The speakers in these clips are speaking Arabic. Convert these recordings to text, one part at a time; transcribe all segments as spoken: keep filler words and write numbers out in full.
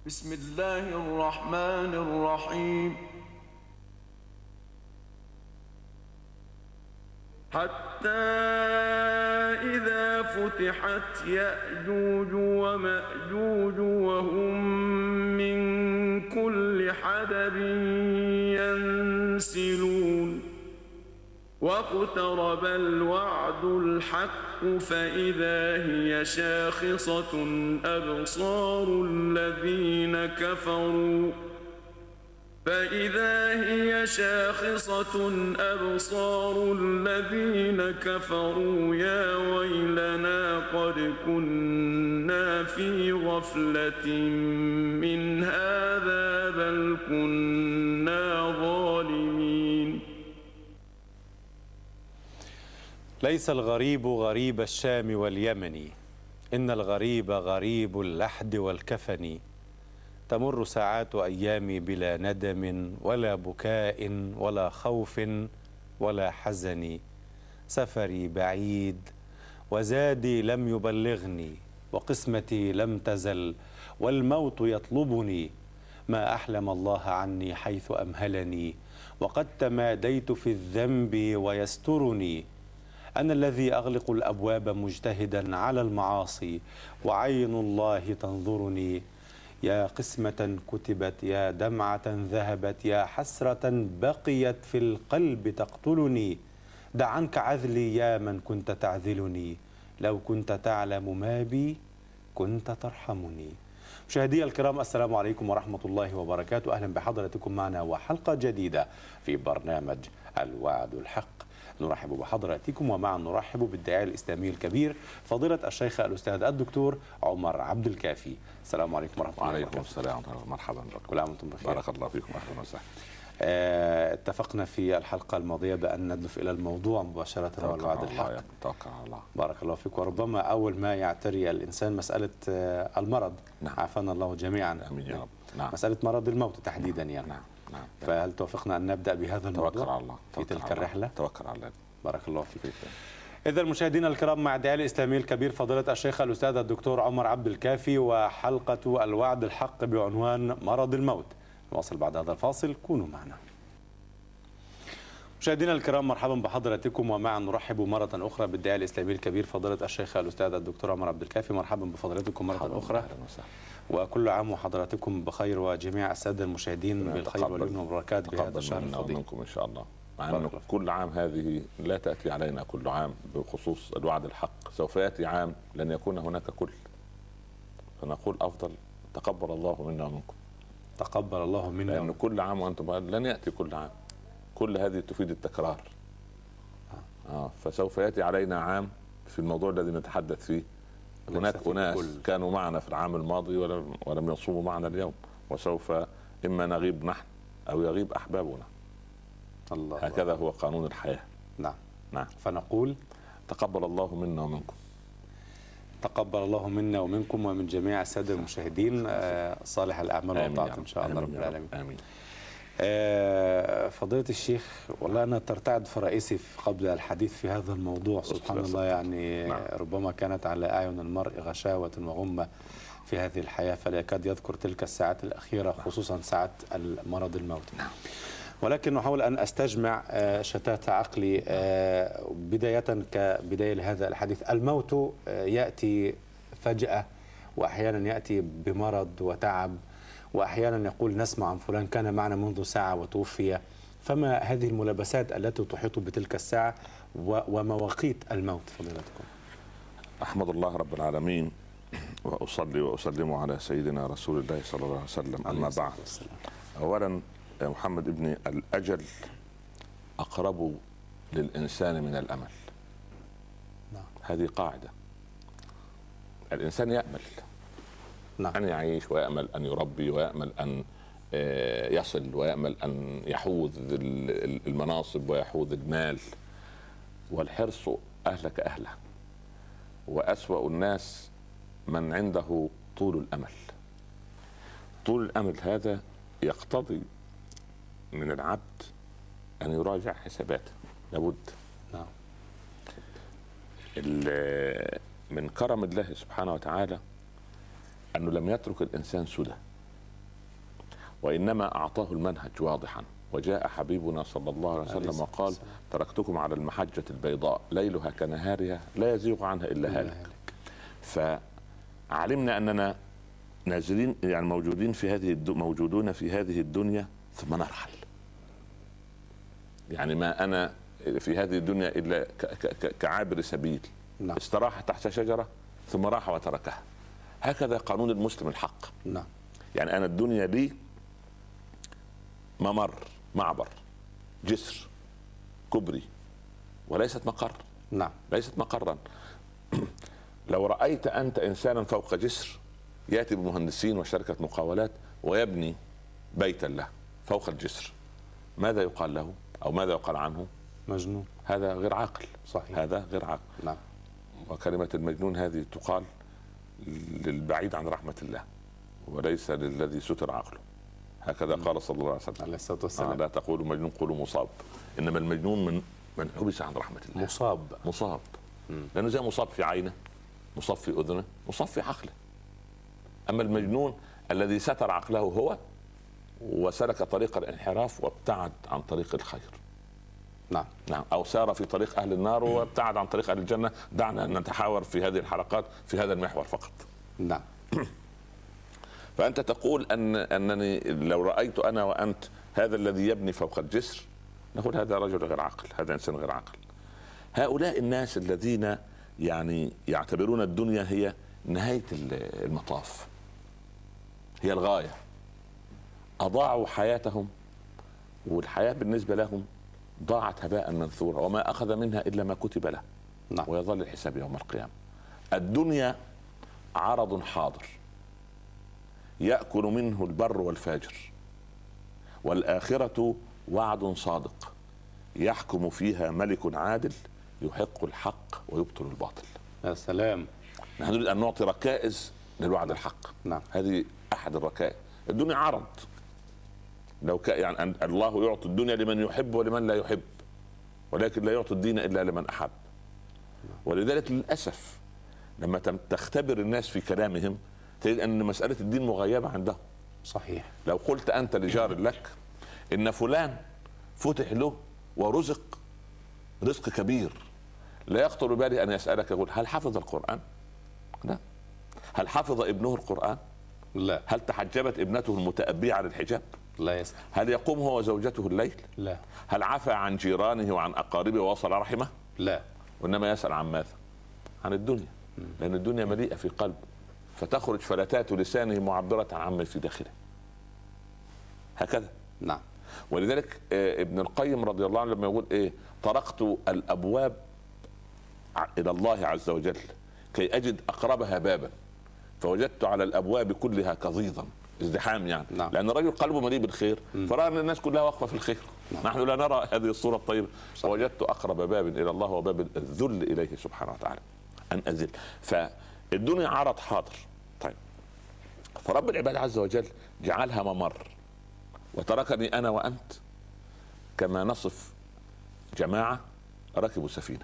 بسم الله الرحمن الرحيم. حتى إذا فتحت يأجوج ومأجوج وهم من كل حدب ينسلون واقترب الوعد الحق فإذا هي شاخصة أبصار الذين كفروا فإذا هي شاخصة أبصار الذين كفروا يا ويلنا قد كنا في غفلة من هذا بل كنا ظالمين. ليس الغريب غريب الشام واليمن، إن الغريب غريب اللحد والكفن. تمر ساعات أيامي بلا ندم ولا بكاء ولا خوف ولا حزن. سفري بعيد وزادي لم يبلغني وقسمتي لم تزل والموت يطلبني. ما أحلم الله عني حيث أمهلني وقد تماديت في الذنب ويسترني. أنا الذي أغلق الأبواب مجتهدا على المعاصي وعين الله تنظرني. يا قسمة كتبت يا دمعة ذهبت يا حسرة بقيت في القلب تقتلني. دع عنك عذلي يا من كنت تعذلني، لو كنت تعلم ما بي كنت ترحمني. مشاهدي الكرام، السلام عليكم ورحمة الله وبركاته. أهلا بحضراتكم معنا وحلقة جديدة في برنامج الوعد الحق. نرحب بحضراتكم ومعا نرحب بالداعية الإسلامي الكبير فضيلة الشيخ الأستاذ الدكتور عمر عبد الكافي. السلام عليكم ورحمة الله وبركاته. وعليكم السلام ورحمة الله. مرحبا بكم. كل عام وانتم بخير. بارك الله فيكم. أهلا وسهلا. آه اتفقنا في الحلقة الماضية بأن ندلف إلى الموضوع مباشرة والوعد الحق. توكل على الله. بارك الله فيك. وربما أول ما يعتري الإنسان مسألة آه المرض. نعم. عافانا الله جميعا. آمين يا رب. نعم. مسألة مرض الموت تحديدا يعني. نعم. نعم. فهل توافقنا أن نبدأ بهذا الموضوع؟ توكل على الله. في تلك الرحلة. توكل على الله. بارك الله فيك. إذا مشاهدينا الكرام، مع الداعية الإسلامي الكبير فضيلة الشيخ الأستاذ الدكتور عمر عبد الكافي وحلقة الوعد الحق بعنوان مرض الموت. نواصل بعد هذا الفاصل، كونوا معنا. مشاهدينا الكرام، مرحبا بحضراتكم ومعا نرحب مرة أخرى بالداعية الإسلامي الكبير فضيلة الشيخ الأستاذ الدكتور عمر عبد الكافي. مرحبا بفضيلتكم مرة أخرى. وكل عام وحضراتكم بخير وجميع السادة المشاهدين بالخير واليمن والبركات بهذا الشهر الفضيل. منكم إن شاء الله. مع أنه كل عام هذه لا تأتي علينا كل عام بخصوص الوعد الحق، سوف يأتي عام لن يكون هناك كل، فنقول أفضل تقبل الله منا ومنكم. تقبل الله منا. لأن كل عام وأنتم لن يأتي كل عام، كل هذه تفيد التكرار. آه فسوف يأتي علينا عام في الموضوع الذي نتحدث فيه. هناك أناس كانوا معنا في العام الماضي ولم, ولم يصوموا معنا اليوم، وسوف إما نغيب نحن أو يغيب أحبابنا. الله هكذا الله. هو قانون الحياة. نعم. نعم. فنقول تقبل الله منا ومنكم. تقبل الله منا ومنكم ومن جميع السادة المشاهدين صالح الأعمال والطاعات إن شاء الله رب العالمين. آمين. آه فضيلة الشيخ، والله أنا ترتعد فرائسي قبل الحديث في هذا الموضوع. سبحان الله، يعني نعم. ربما كانت على أعين المرء غشاوة وغمة في هذه الحياة، فلا يكاد يذكر تلك الساعات الأخيرة خصوصا ساعة المرض الموت. نعم. ولكن نحاول أن أستجمع شتات عقلي. بداية كبداية لهذا الحديث، الموت يأتي فجأة وأحيانا يأتي بمرض وتعب، وأحيانا يقول نسمع عن فلان كان معنا منذ ساعة وتوفي. فما هذه الملابسات التي تحيط بتلك الساعة ومواقيت الموت فضيلتكم؟ أحمد الله رب العالمين وأصلي وأسلم على سيدنا رسول الله صلى الله عليه وسلم. أما بعد، أولا يا محمد ابني، الأجل أقرب للإنسان من الأمل. نعم. هذه قاعدة. الإنسان يأمل نعم. أن يعيش ويأمل أن يربي ويأمل أن يصل ويأمل أن يحوز المناصب ويحوز المال، والحرص أهلك أهله. وأسوأ الناس من عنده طول الأمل. طول الأمل هذا يقتضي من العبد أن يراجع حساباته لابد. نعم. من كرم الله سبحانه وتعالى أنه لم يترك الإنسان سدى. وإنما أعطاه المنهج واضحا. وجاء حبيبنا صلى الله عليه وسلم وقال: تركتكم على المحجة البيضاء ليلها كنهارها لا يزيغ عنها إلا هالك. فعلمنا أننا نازلين يعني موجودين في هذه موجودون في هذه الدنيا ثم نرحل. يعني ما أنا في هذه الدنيا إلا كعابر سبيل. نعم. استراح تحت شجرة ثم راح وتركها. هكذا قانون المسلم الحق. نعم. يعني أنا الدنيا لي ممر، معبر، جسر، كبري، وليست مقر. نعم. ليست مقرا. لو رأيت أنت إنسانا فوق جسر يأتي بمهندسين وشركة مقاولات ويبني بيتا له فوق الجسر، ماذا يقال له أو ماذا يقال عنه؟ مجنون. هذا غير عاقل. صحيح. هذا غير عاقل. نعم. وكلمة المجنون هذه تقال للبعيد عن رحمة الله وليس للذي ستر عقله. هكذا قال صلى الله عليه وسلم عليه الصلاة والسلام. آه لا تقولوا مجنون قولوا مصاب. إنما المجنون من من حبس عن رحمة الله. مصاب. مصاب. مم. لأنه زي مصاب في عينه، مصاب في أذنه، مصاب في عقله. أما المجنون الذي ستر عقله هو وسلك طريق الانحراف وابتعد عن طريق الخير. نعم. نعم. أو سار في طريق أهل النار وابتعد عن طريق أهل الجنة. دعنا نتحاور في هذه الحلقات في هذا المحور فقط. نعم. فأنت تقول أن أنني لو رأيت أنا وأنت هذا الذي يبني فوق الجسر نقول هذا رجل غير عاقل، هذا إنسان غير عاقل. هؤلاء الناس الذين يعني يعتبرون الدنيا هي نهاية المطاف، هي الغاية، أضاعوا حياتهم والحياة بالنسبة لهم ضاعت هباء منثورا وما أخذ منها إلا ما كتب له. نعم. ويظل الحساب يوم القيامة. الدنيا عرض حاضر يأكل منه البر والفاجر، والآخرة وعد صادق يحكم فيها ملك عادل يحق الحق ويبطل الباطل. يا سلام. نحن نريد أن نعطي ركائز للوعد الحق. نعم. هذه أحد الركائز. الدنيا عرض، لو كان يعني أن الله يعطي الدنيا لمن يحب ولمن لا يحب، ولكن لا يعطي الدين إلا لمن أحب. ولذلك للأسف لما تختبر الناس في كلامهم تجد أن مسألة الدين مغيبة عندهم. صحيح. لو قلت أنت لجار لك إن فلان فتح له ورزق رزق كبير، لا يخطر بالي أن يسألك يقول هل حفظ القرآن؟ لا. هل حفظ ابنه القرآن؟ لا. هل تحجبت ابنته المتأبية عن الحجاب؟ لا يسأل. هل يقوم هو وزوجته الليل؟ لا. هل عفى عن جيرانه وعن أقاربه ووصل رحمه؟ لا. وإنما يسأل عن ماذا؟ عن الدنيا. لأن الدنيا مليئة في قلبه، فتخرج فلتات لسانه معبرة عما في داخله. هكذا. نعم. ولذلك ابن القيم رضي الله عنه لما يقول ايه طرقت الابواب الى الله عز وجل كي اجد اقربها بابا فوجدت على الابواب كلها كظيظا، ازدحام يعني. نعم. لان الرجل قلبه مليء بالخير فراى ان الناس كلها واقفه في الخير. نعم. نحن لا نرى هذه الصوره الطيبه. فوجدت اقرب باب الى الله وباب الذل اليه سبحانه وتعالى، ان اذل. فالدنيا عرض حاضر. طيب فرب العباد عز وجل جعلها ممر وتركني أنا وأنت كما نصف جماعة ركبوا سفينة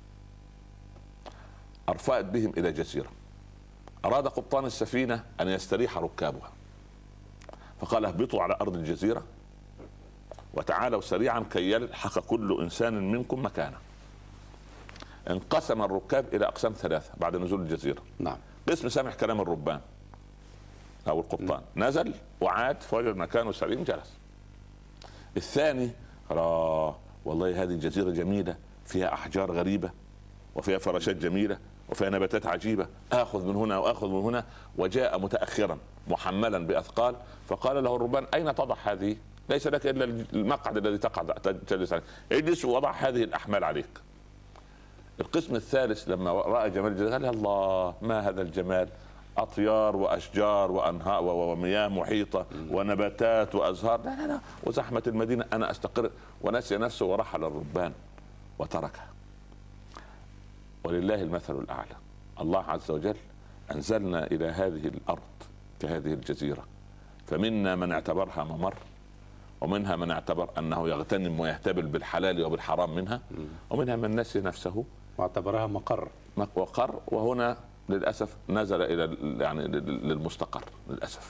أرفأت بهم إلى جزيرة، أراد قبطان السفينة أن يستريح ركابها فقال اهبطوا على أرض الجزيرة وتعالوا سريعا كي يلحق كل إنسان منكم مكانه. انقسم الركاب إلى أقسام ثلاثة بعد نزول الجزيرة. نعم. قسم سامح كلام الربان أو القبطان نزل وعاد فوجد مكانه سليم جلس. الثاني راه والله هذه الجزيرة جميلة فيها أحجار غريبة وفيها فراشات جميلة وفيها نباتات عجيبة، آخذ من هنا وآخذ من هنا. وجاء متأخرا محملا بأثقال فقال له الربان أين تضع هذه؟ ليس لك إلا المقعد الذي تقعد تجلس عليه، اجلس ووضع هذه الأحمال عليك. القسم الثالث لما رأى جمال الجزيرة قال الله ما هذا الجمال، أطيار وأشجار وأنهار ومياه محيطة ونباتات وأزهار، لا لا لا وزحمة المدينة أنا أستقر. ونسي نفسه ورحل الربان وتركها. ولله المثل الأعلى. الله عز وجل أنزلنا إلى هذه الأرض كهذه الجزيرة فمنا من اعتبرها ممر ومنها من اعتبر أنه يغتنم ويهتبل بالحلال وبالحرام منها، ومنها من نسي نفسه واعتبرها مقر وقر. وهنا للأسف نزل إلى يعني للمستقر للأسف.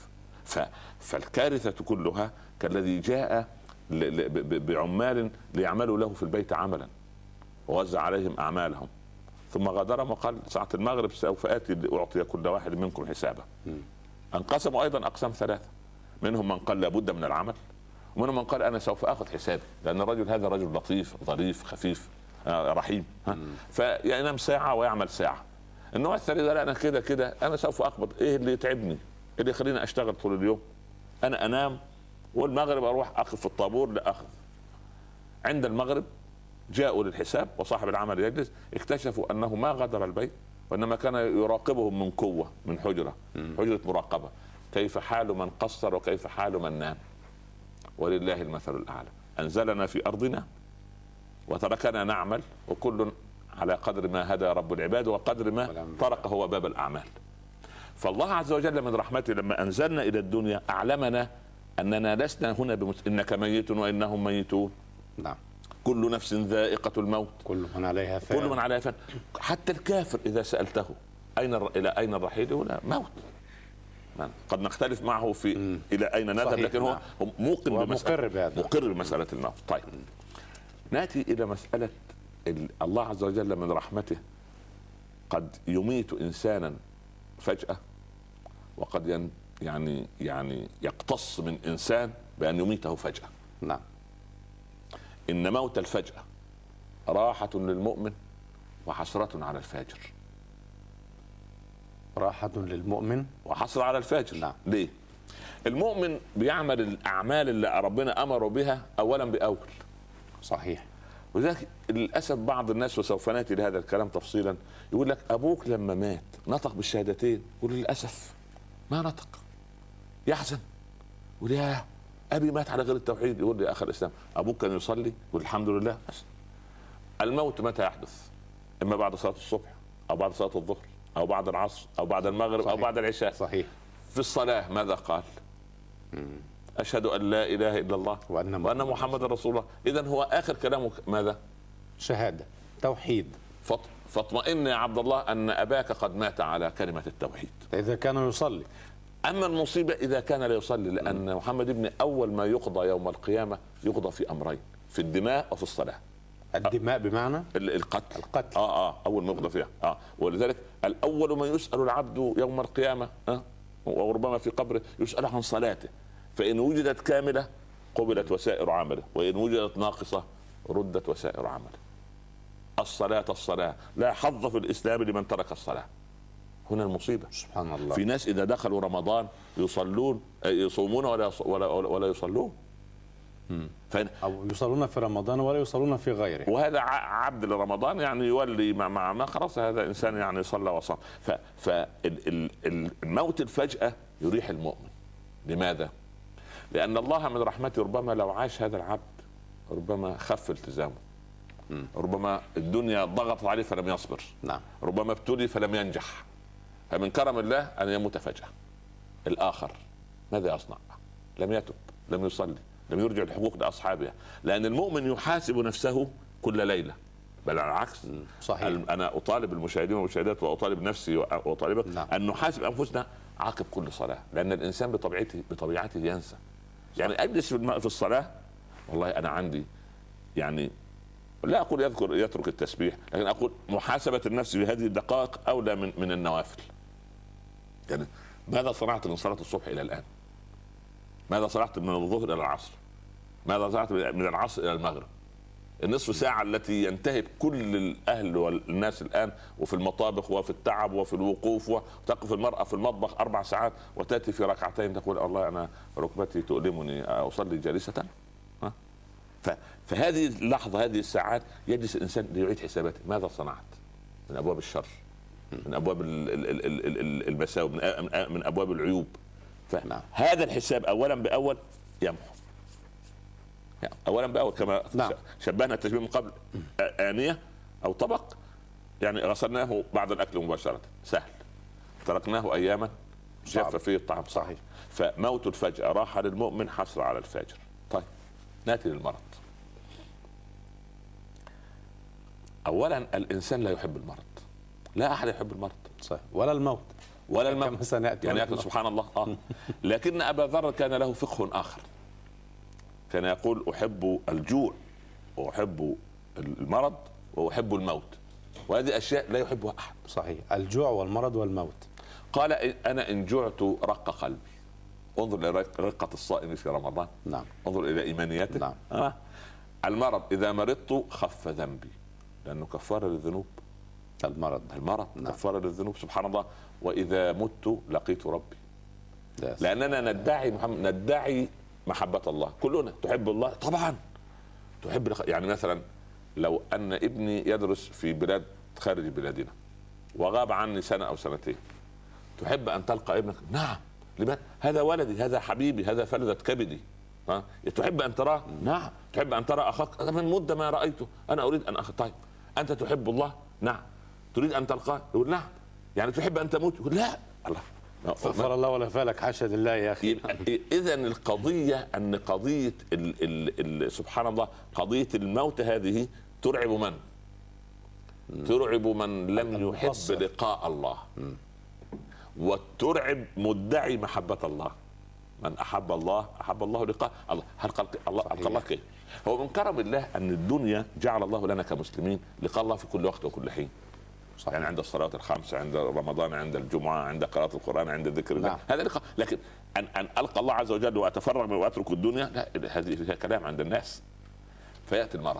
فالكارثة كلها كالذي جاء بعمال ليعملوا له في البيت عملا ووزع عليهم أعمالهم ثم غادرهم وقال ساعة المغرب سوف آتي لأعطي كل واحد منكم حسابه. انقسموا أيضا أقسام ثلاثة، منهم من قال لابد من العمل، ومنهم من قال أنا سوف آخذ حسابي لأن الرجل هذا رجل لطيف ظريف خفيف رحيم، فينام ساعة ويعمل ساعة. النوع الثاني قال أنا كده كده أنا سوف أقبض، إيه اللي يتعبني اللي يخليني أشتغل طول اليوم، أنا أنام والمغرب أروح أقف في الطابور لأخذ. عند المغرب جاءوا للحساب وصاحب العمل يجلس، اكتشفوا أنه ما غادر البيت وإنما كان يراقبهم من قوة من حجرة حجرة مراقبة، كيف حال من قصر وكيف حال من نام. ولله المثل الأعلى، أنزلنا في أرضنا وتركنا نعمل وكل على قدر ما هدى رب العباد وقدر ما طرق هو باب الأعمال. فالله عز وجل من رحمته لما أنزلنا إلى الدنيا أعلمنا أننا لسنا هنا بمس... إنك ميت وإنهم ميتون. نعم. كل نفس ذائقة الموت. كل من عليها فان. كل من عليها فان. حتى الكافر إذا سألته أين الر... إلى أين الرحيل يقول موت. نعم. قد نختلف معه في م. إلى أين نذهب، لكن هو موقن بمسألة مقر بمسألة الموت. طيب نأتي إلى مسألة الله عز وجل من رحمته قد يميت إنسانا فجأة وقد ين يعني يعني يقتص من إنسان بأن يميته فجأة. نعم. إن موت الفجأة راحة للمؤمن وحسرة على الفاجر. راحة للمؤمن وحسرة على الفاجر. نعم. ليه؟ المؤمن بيعمل الأعمال اللي ربنا أمره بها أولا بأول. صحيح. وذلك للأسف بعض الناس وسوف نأتي لهذا الكلام تفصيلا يقول لك أبوك لما مات نطق بالشهادتين، يقول للأسف ما نطق، يحزن يقول يا أبي مات على غير التوحيد. يقول لي يا أخي الإسلام أبوك كان يصلي؟ يقول الحمد لله. الموت متى يحدث؟ إما بعد صلاة الصبح أو بعد صلاة الظهر أو بعد العصر أو بعد المغرب. صحيح. أو بعد العشاء. صحيح. في الصلاة ماذا قال؟ أشهد أن لا إله إلا الله وأن, وأن محمد رسول الله. إذن هو آخر كلامه ماذا؟ شهادة توحيد. فط... فاطمئن يا عبد الله أن أباك قد مات على كلمة التوحيد إذا كان يصلي. أما المصيبة إذا كان لا يصلي، لأن محمد ابن أول ما يقضى يوم القيامة يقضى في أمرين، في الدماء وفي الصلاة. الدماء بمعنى القتل. القتل. آه آه أول ما يقضى فيها. آه ولذلك الأول ما يسأل العبد يوم القيامة آه وربما في قبره يسأل عن صلاته، فإن وجدت كاملة قبلت وسائر عمله، وإن وجدت ناقصة ردت وسائر عمله. الصلاة الصلاة لا حظ في الإسلام لمن ترك الصلاة. هنا المصيبة. سبحان الله. في ناس إذا دخلوا رمضان يصلون يصومون ولا ولا ولا يصلون. فإن أو يصلون في رمضان ولا يصلون في غيره. وهذا عبد لرمضان يعني يولي مع مع ما خلاص هذا إنسان يعني صلى وصام. فالموت الفجأة يريح المؤمن. لماذا؟ لأن الله من رحمته ربما لو عاش هذا العبد ربما خف التزامه، ربما الدنيا ضغطت عليه فلم يصبر. نعم. ربما ابتلي فلم ينجح. فمن كرم الله أن يموت فجأة. الآخر ماذا يصنع؟ لم يتب، لم يصلي، لم يرجع الحقوق لأصحابها. لأن المؤمن يحاسب نفسه كل ليلة، بل على العكس. صحيح. أنا أطالب المشاهدين والمشاهدات وأطالب نفسي وأطالبك. نعم. أن نحاسب أنفسنا عقب كل صلاة، لأن الإنسان بطبيعته بطبيعته ينسى. يعني أجلس في الصلاة والله أنا عندي يعني لا أقول يذكر يترك التسبيح، لكن أقول محاسبة النفس في هذه الدقائق أولى من من النوافل. يعني ماذا صنعت من صلاة الصبح إلى الآن؟ ماذا صنعت من الظهر إلى العصر؟ ماذا صنعت من العصر إلى المغرب؟ النصف ساعة التي ينتهب كل الأهل والناس الآن وفي المطابخ وفي التعب وفي الوقوف، وتقف المرأة في المطبخ أربع ساعات وتأتي في ركعتين تقول الله أنا ركبتي تؤلمني أصلي جالسة. ها؟ فهذه اللحظة هذه الساعات يجلس الإنسان ليعيد حساباته. ماذا صنعت من أبواب الشر، من أبواب المساوئ، من أبواب العيوب. فهذا الحساب أولا بأول يمحو. يعني أولا بأول كما نعم. شبهنا التشبيه من قبل، آنية أو طبق يعني غسلناه بعد الأكل مباشرة سهل، تركناه أياما جاف فيه الطعم. صحيح. فموت الفجأة راحة للمؤمن حسرة على الفاجر. طيب نأتي للمرض. أولا الإنسان لا يحب المرض، لا أحد يحب المرض. صحيح. ولا الموت. ولا الموت يعني يأكل سبحان الله. آه. لكن أبا ذر كان له فقه آخر، كان يقول أحب الجوع وأحب المرض وأحب الموت، وهذه أشياء لا يحبها أحد. صحيح، الجوع والمرض والموت. قال أنا إن جعت رق قلبي. انظر إلى رقة الصائم في رمضان. نعم. انظر إلى إيمانيته. نعم. آه. المرض إذا مرضت خف ذنبي، لأنه كفارة للذنوب. المرض المرض نعم. كفارة للذنوب سبحان الله. وإذا مت لقيت ربي. داس. لأننا ندعي محمد ندعي محبة الله، كلنا تحب الله طبعا تحب. يعني مثلا لو أن ابني يدرس في بلاد خارج بلادنا وغاب عني سنة أو سنتين، تحب أن تلقى ابنك؟ نعم. لماذا؟ هذا ولدي، هذا حبيبي، هذا فلذة كبدي. ها؟ تحب أن تراه؟ نعم. تحب أن ترى أخاك؟ من مدة ما رأيته، أنا أريد أن أخ. طيب أنت تحب الله؟ نعم. تريد أن تلقاه؟ يقول نعم. يعني تحب أن تموت؟ يقول لا. الله غفر الله ولا فالك، حاشا لله يا أخي. إذا القضية أن قضية ال ال ال سبحان الله قضية الموت هذه ترعب من؟ ترعب من لم يحب لقاء الله، وترعب مدعي محبة الله. من أحب الله أحب الله لقاء الله. هل قال الله قال الله كيف؟ هو من كرم الله أن الدنيا جعل الله لنا كمسلمين لقاء الله في كل وقت وكل حين. صحيح. يعني عند الصلوات الخمس، عند رمضان، عند الجمعة، عند قراءة القرآن، عند ذكر الله. نعم. هذا لقاء. لكن أن أن ألقى الله عز وجل وأتفرغ وأترك الدنيا، لا، هذه فيها كلام عند الناس. فيأتي المرض.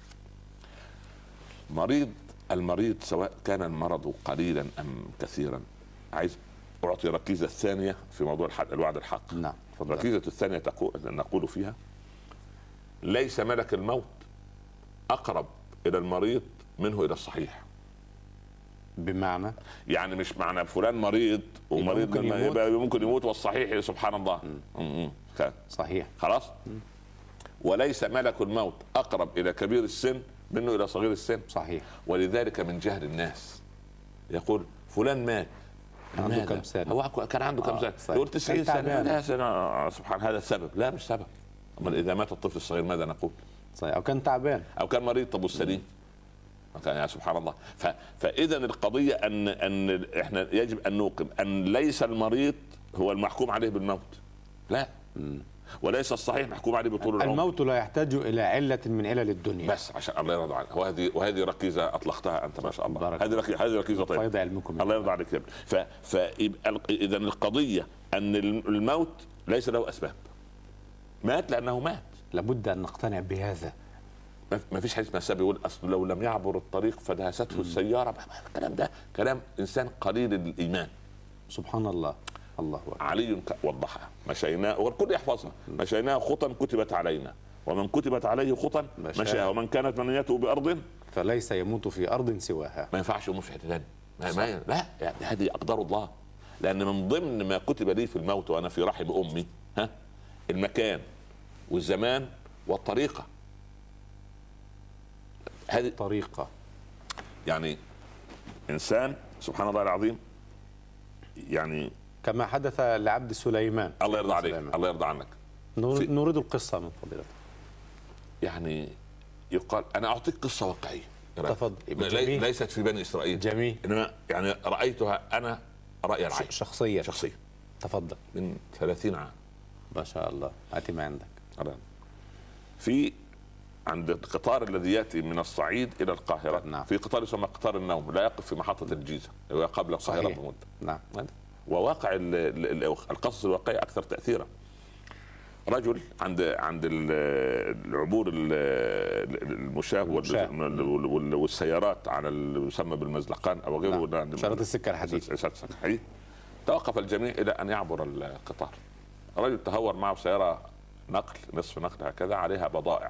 مريض المريض سواء كان المرض قليلا أم كثيرا. عايز أعطي ركيزة الثانية في موضوع الوعد الحق. نعم. الركيزة الثانية تقول نقول فيها: ليس ملك الموت أقرب إلى المريض منه إلى الصحيح. بمعنى يعني مش معنى فلان مريض ومريض ممكن يموت, ممكن يموت والصحيح سبحان الله. م. صحيح. خلاص. م. وليس ملك الموت أقرب إلى كبير السن منه إلى صغير السن. صحيح. ولذلك من جهل الناس يقول فلان مات عنده كم سنة؟ هو كان عنده كم سنة؟ آه يقول تسعين سنة. لا سنة. سبحان هذا السبب؟ لا مش سبب. أما إذا مات الطفل الصغير ماذا نقول؟ صحيح. أو كان تعبان أو كان مريض. طب والسليم؟ يا سبحان الله. ف... فإذا القضية أن أن إحنا يجب أن نوقن أن ليس المريض هو المحكوم عليه بالموت. لا. م. وليس الصحيح محكوم عليه بطول العمر. الموت لا يحتاج إلى علة من علل الدنيا. بس عشان الله يرضى عليك. وهذه وهذه ركيزة أطلقتها أنت ما شاء الله. هذه ركيزة هذه ركيزة طيبة. فايدة علمكم. الله يرضى عليك يا ابني. ف... فإذا القضية أن الموت ليس له أسباب. مات لأنه مات. لابد أن نقتنع بهذا. ما فيش حديث مساب يقول اصل لو لم يعبر الطريق فدهسته السياره. الكلام ده كلام انسان قليل الايمان. سبحان الله. الله أكبر. علي وضحها. مشيناه والكل يحفظها. مشيناه خطا كتبت علينا ومن كتبت عليه خطا مشاها ومن كانت منيته بارض فليس يموت في ارض سواها. ما ينفعش يموت في حته ثانيه. ما ما لا يعني هذه اقدار الله. لان من ضمن ما كتب لي في الموت وانا في رحم امي ها المكان والزمان والطريقه. هذه طريقة. يعني إنسان سبحان الله العظيم يعني كما حدث لعبد سليمان. الله يرضى عليك. الله يرضى عنك. نريد القصة من فضيلتك. يعني يقال أنا أعطيك قصة واقعية. تفضل. لي ليست في بني إسرائيل. جميل. إنما يعني رأيتها أنا رأي العين. شخصيا. شخصيا. تفضل. من ثلاثين عام. ما شاء الله. هاتي ما عندك. في عند القطار الذي ياتي من الصعيد الى القاهره. نعم. في قطار يسمى قطار النوم لا يقف في محطه الجيزه هو قبل القاهره بمده. نعم. وواقع القصص الواقعيه اكثر تاثيرا. رجل عند عند العبور المشاة والسيارات على يسمى بالمزلقان او غيره. نعم. اشاره السكه الحديد. توقف الجميع الى ان يعبر القطار. الرجل تهور معه سياره نقل نصف نقل هكذا عليها بضائع.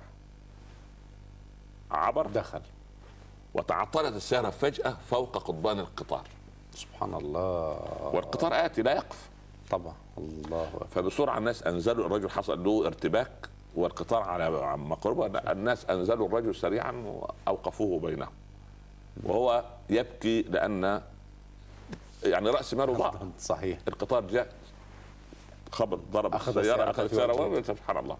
عبر دخل وتعطلت السيارة فجأة فوق قضبان القطار. سبحان الله. والقطار آتي لا يقف طبعا. الله أكبر. فبسرعة الناس أنزلوا الرجل. حصل له ارتباك والقطار على مقربة. الناس أنزلوا الرجل سريعا وأوقفوه بينهم وهو يبكي لأن يعني رأس ماله ضاع. صحيح. القطار جاء خبط ضرب السيارة أخذ السيارة. سبحان الله.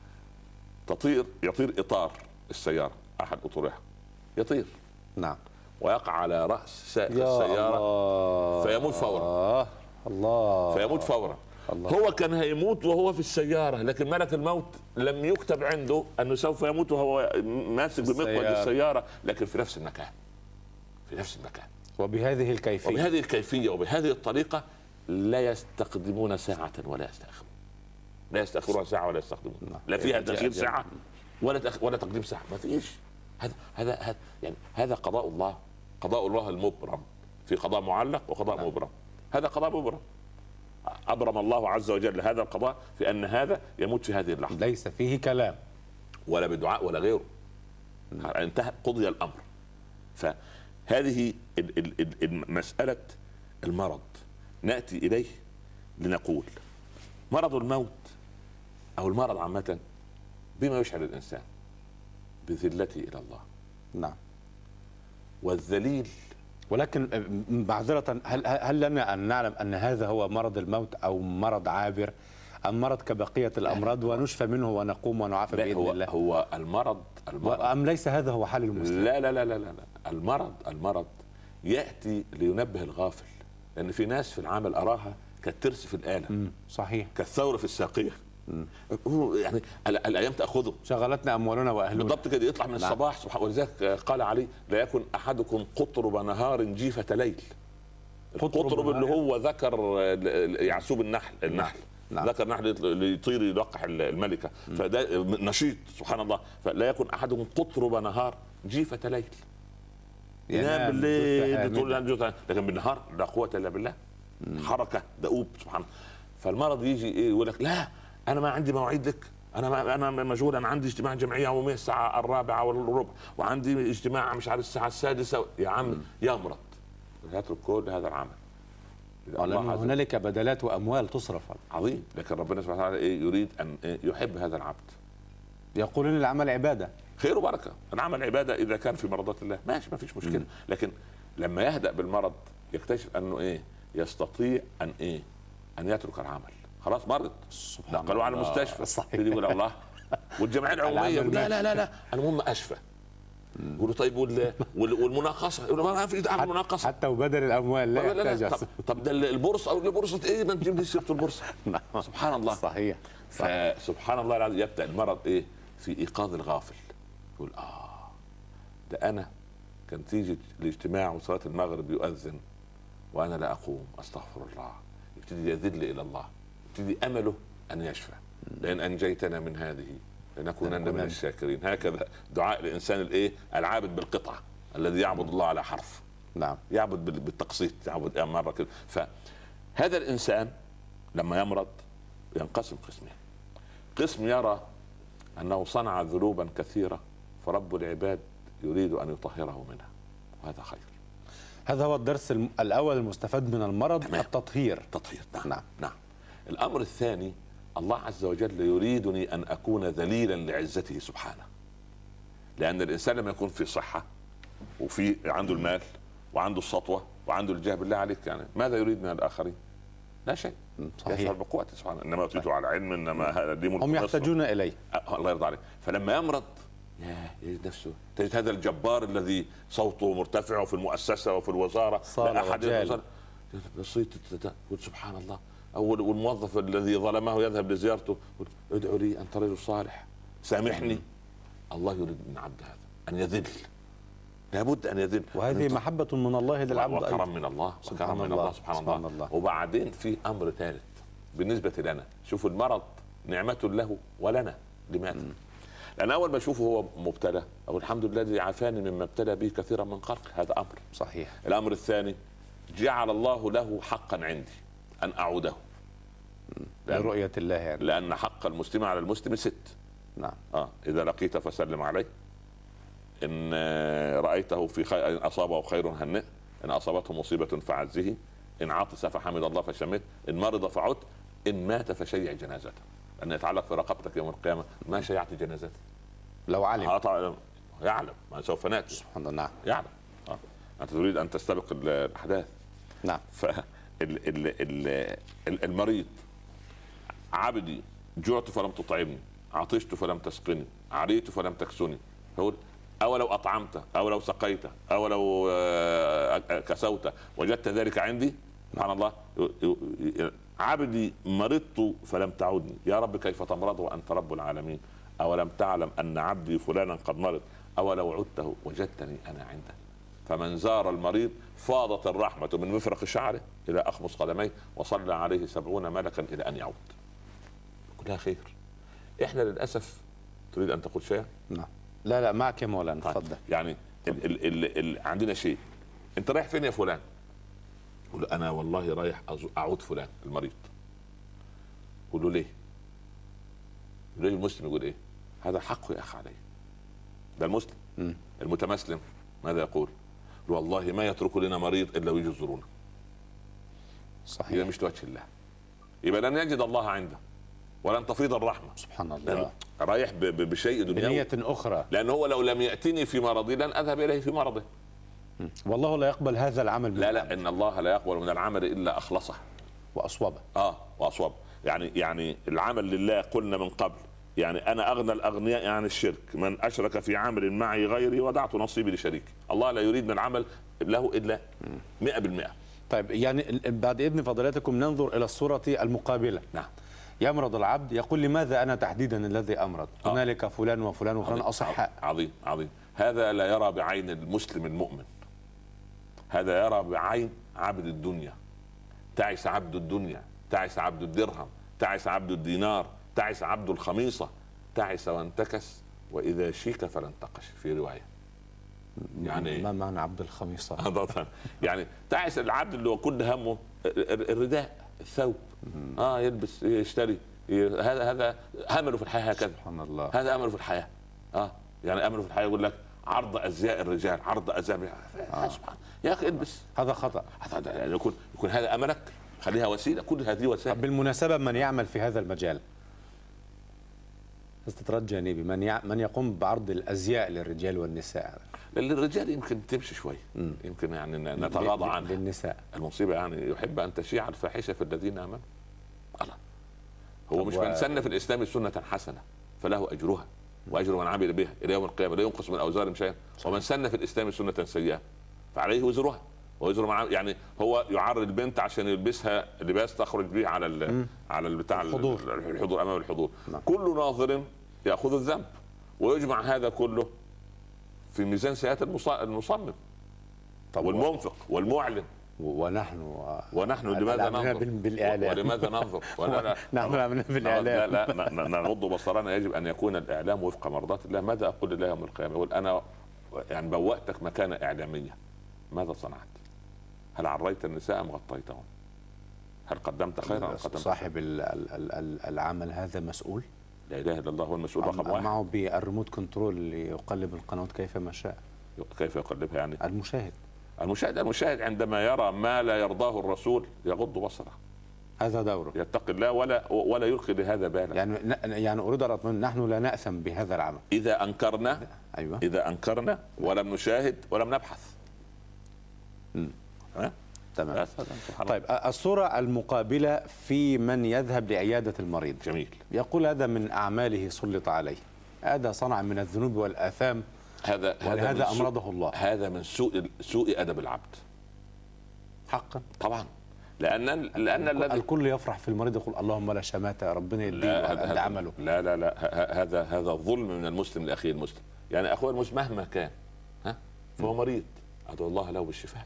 تطير يطير إطار السيارة أحد أطرها يطير. نعم. ويقع على راس سائق يا السياره الله. فيموت فورا. آه. الله. فيموت فورا. الله. هو كان هيموت وهو في السياره، لكن ملك الموت لم يكتب عنده انه سوف يموت وهو ماسك بمقود السياره، لكن في نفس المكان، في نفس المكان وبهذه الكيفيه وبهذه الكيفيه وبهذه الطريقه لا يستقدمون ساعه ولا يستاخرون. لا يستاخرون ساعه ولا يستقدمون، لا فيها تاخير ساعه ولا تأخ... ولا تقديم ساعه، ما فيش. هذا هذا هذا يعني هذا قضاء الله، قضاء الله المبرم. في قضاء معلق وقضاء نعم. مبرم. هذا قضاء مبرم، أبرم الله عز وجل هذا القضاء في أن هذا يموت في هذه اللحظة، ليس فيه كلام ولا بدعاء ولا غيره. انتهى، قضي الأمر. فهذه مسألة المرض نأتي إليه لنقول مرض الموت أو المرض عامة بما يشعر الإنسان بذلته إلى الله. نعم. والذليل، ولكن معذرة، هل هل لنا أن نعلم أن هذا هو مرض الموت أو مرض عابر أم مرض كبقية الأمراض ونشفى منه ونقوم ونعافى بإذن هو الله؟ هو المرض المرض أم ليس هذا هو حال المسلم؟ لا لا لا لا لا المرض المرض يأتي لينبه الغافل، لأن في ناس في العمل أراها كالترس في الآلة. صحيح. كالثورة في الساقية. يعني الايام تاخذه، شغلتنا اموالنا واهلنا بالضبط كده. يطلع من نعم. الصباح سبحان. ولذلك قال علي لا يكن احدكم قطرب نهار جيفة ليل. القطرب اللي هو ذكر يعسوب النحل النحل نعم. ذكر نحل يطير يلقح الملكه، فده نشيط سبحان الله. فلا يكن احدكم قطرب نهار جيفة ليل، ينام بالليل لكن بالنهار لا قوه الا بالله. مم. حركه دؤوب سبحان الله. فالمرض يجي ايه يقول لك لا انا ما عندي مواعيد لك، انا ما انا مشغول، انا عندي اجتماع جمعيه يوميه الساعه الرابعه والربع، وعندي اجتماع مش عارف الساعه السادسه. يا عم يمرض، يترك كل هذا العمل. لأن هنالك بدلات واموال تصرف. عظيم. لكن ربنا سبحانه وتعالى إيه يريد ان إيه يحب هذا العبد. يقولون العمل عباده، خير وبركه. العمل عباده اذا كان في مرضات الله ماشي ما فيش مشكله. م. لكن لما يهدأ بالمرض يكتشف انه ايه يستطيع ان ايه ان يترك العمل. خلاص مرض، نقلوا على المستشفى. يقول الله والجمعيه العموميه لا لا لا لا المهم اشفى. يقولوا طيب وال... والمناقصه يقولوا ما في اعمل مناقصه حتى وبدل الاموال لا يحتاج. طب, طب ده البورصه او البورصه ايه ما تجيب لي سيره البورصه. سبحان الله. صحيح. فسبحان الله العظيم يبدا المرض ايه في ايقاظ الغافل. يقول اه ده انا كان تيجي الاجتماع وصلاه المغرب يؤذن وانا لا اقوم استغفر الله. يبتدي يذل الى الله، يبتدي امله ان يشفى. لان انجيتنا من هذه لنكونن من الشاكرين. هكذا دعاء الانسان الايه العابد بالقطعه الذي يعبد الله على حرف. نعم. يعبد بالتقسيط، يعبد مره كده. فهذا الانسان لما يمرض ينقسم قسمين. قسم يرى انه صنع ذنوبا كثيره فرب العباد يريد ان يطهره منها، وهذا خير. هذا هو الدرس الاول المستفاد من المرض. تمام. التطهير. تطهير. نعم. نعم. نعم. الامر الثاني الله عز وجل يريدني ان اكون ذليلا لعزته سبحانه. لان الانسان لما يكون في صحه وفي عنده المال وعنده السطوه وعنده الجاه بالله عليك يعني ماذا يريد من الاخرين؟ لا شيء. صحيح. يشعر بقوته سبحانه. انما اوتيته على علم، انما دي هم يحتاجون اليه. الله يرضى عليك. فلما يمرض يجد نفسه، تجد هذا الجبار الذي صوته مرتفع في المؤسسه وفي الوزاره لا احد يقول سبحان الله. أول والموظف الذي ظلمه يذهب لزيارته ادعو لي أنت رجل صالح سامحني. الله يريد من عبد هذا أن يذل، لابد أن يذل. وهذه محبة من الله للعبد وكرم من الله وكرم من الله سبحان الله, الله. الله. وبعدين في أمر ثالث بالنسبة لنا. شوفوا المرض نعمة له ولنا. لماذا؟ م. لأن أول ما أشوفه هو مبتلى أقول الحمد لله الذي عافاني مما ابتلى به كثيرا من خلقه. هذا أمر صحيح. الأمر الثاني جعل الله له حقا عندي أن أعوده لرؤية الله يعني. لأن حق المسلم على المسلم ست. نعم. آه. إذا لقيت فسلم عليه، إن رأيته في خير، إن أصابه خير هنئ، إن أصابته مصيبة فعزه، إن عطس فحمد الله فشمت، إن مرض فعد، إن مات فشيع جنازته. لأن يتعلق في رقبتك يوم القيامة ما شيعت جنازته. لو علم. يعلم ما سوف نأتي. سبحان الله. يعلم. آه. أنت تريد أن تستبق الأحداث. نعم. ف المريض عبدي جعت فلم تطعمني، عطشت فلم تسقني، عريت فلم تكسني. يقول او لو اطعمته او لو سقيته او لو كسوته وجدت ذلك عندي. سبحان الله. عبدي مرضت فلم تعودني، يا رب كيف تمرض وانت رب العالمين؟ اولم تعلم ان عبدي فلانا قد مرض، اولو عدته وجدتني انا عنده. فمن زار المريض فاضت الرحمه من مفرق شعره الى اخمص قدميه وصلى عليه سبعون ملكا الى ان يعود. كلها خير. احنا للاسف. تريد ان تقول شيئا؟ نعم. لا لا معك يا مولانا، تفضل. يعني ال ال ال ال عندنا شيء. انت رايح فين يا فلان؟ قول له انا والله رايح اعود فلان المريض. قول له ليه؟ ليه المسلم يقول ايه؟ هذا حقه يا اخ علي. ده المسلم. م. المتمسلم ماذا يقول؟ والله ما يترك لنا مريض الا ويجي يزورونا. صحيح. اذا مش لوجه الله يبقى لن يجد الله عنده ولن تفيض الرحمه. سبحان الله. رايح بشيء دنيوي بنية اخرى، لانه هو لو لم ياتني في مرضي لن اذهب اليه في مرضه. والله لا يقبل هذا العمل. لا لا ان الله لا يقبل من العمل الا اخلصه واصوبه. اه واصوبه. يعني يعني العمل لله قلنا من قبل، يعني انا اغنى الاغنياء عن الشرك، من اشرك في عمل معي غيري وضعت نصيبي لشريكي. الله لا يريد من العمل له الا مئة بالمئة. طيب يعني بعد اذن فضيلتكم ننظر الى الصوره المقابله. نعم. يمرض العبد يقول لماذا انا تحديدا الذي امرض؟ آه. هنالك فلان وفلان وفلان اصحاء. عظيم عظيم. هذا لا يرى بعين المسلم المؤمن، هذا يرى بعين عبد الدنيا. تعس عبد الدنيا، تعس عبد الدرهم، تعس عبد الدينار، تعس عبد الخميصة، تعس وانتكس وإذا شيك فلانتقش في رواية. يعني ما معنى عبد الخميصة؟ يعني تعس العبد اللي هو كل همه الرداء، الثوب، اه يلبس يشتري، هذا هذا امله في الحياة هكذا. سبحان الله. هذا امله في الحياة. اه يعني امله في الحياة يقول لك عرض ازياء الرجال، عرض ازياء آه. سبحان يا اخي البس. هذا خطأ. يعني يكون يكون هذا املك، خليها وسيله، كل هذه وسائل. بالمناسبه من يعمل في هذا المجال تترجى بمن يع... من يقوم بعرض الازياء للرجال والنساء. للرجال يمكن تمشي شوي، يمكن يعني نتغاضى عنها. للنساء المصيبه يعني يحب ان تشيع الفاحشه في الذين امنوا. الله هو مش و... من سن في الاسلام سنه حسنه فله اجرها واجر من عمل بها الى يوم القيامه لا ينقص من اوزارهم شيئا، ومن سن في الاسلام سنه سيئه فعليه وزرها ويزر مع. يعني هو يعرض البنت عشان يلبسها لباس تخرج به على ال على البتاع الحضور, الحضور امام الحضور. نعم. كل ناظر ياخذ الذنب ويجمع هذا كله في ميزان سيئات المصمم والمنفق والمعلن. ونحن ونحن لماذا ننظر بالاعلام ولماذا ننظر ولا نحن نعمل بالاعلام. لا لا نغض بصرنا. يجب ان يكون الاعلام وفق مرضات الله. ماذا اقول لله يوم القيامه؟ يقول انا يعني بوأتك مكانه اعلاميه، ماذا صنعت؟ هل عريت النساء ام غطيتهم؟ هل قدمت خيرا ام قدمت؟ صاحب العمل هذا مسؤول؟ لا اله الا الله هو المسؤول رقم واحد. معه بالريموت كنترول اللي يقلب القنوات كيفما شاء. كيف يقلبها يعني؟ المشاهد المشاهد المشاهد عندما يرى ما لا يرضاه الرسول يغض بصره. هذا دوره. يتقي الله ولا ولا يلقي بهذا بالا. يعني يعني اريد ان اطمئن نحن لا نأثم بهذا العمل. اذا انكرنا ايوه اذا انكرنا ولم نشاهد ولم نبحث. امم تمام. طيب الصورة المقابلة في من يذهب لعيادة المريض. جميل. يقول هذا من أعماله سلط عليه، هذا صنع من الذنوب والآثام، هذا هذا أمرضه الله. هذا من سوء سوء أدب العبد حقا. طبعا لأن لأن الكل, الكل يفرح في المريض يقول اللهم لا شماتة ربنا يديه وقد عمله. لا لا لا هذا هذا ظلم من المسلم لأخيه المسلم. يعني أخوه المسلم مهما كان ها فهو مريض أدعو الله له بالشفاء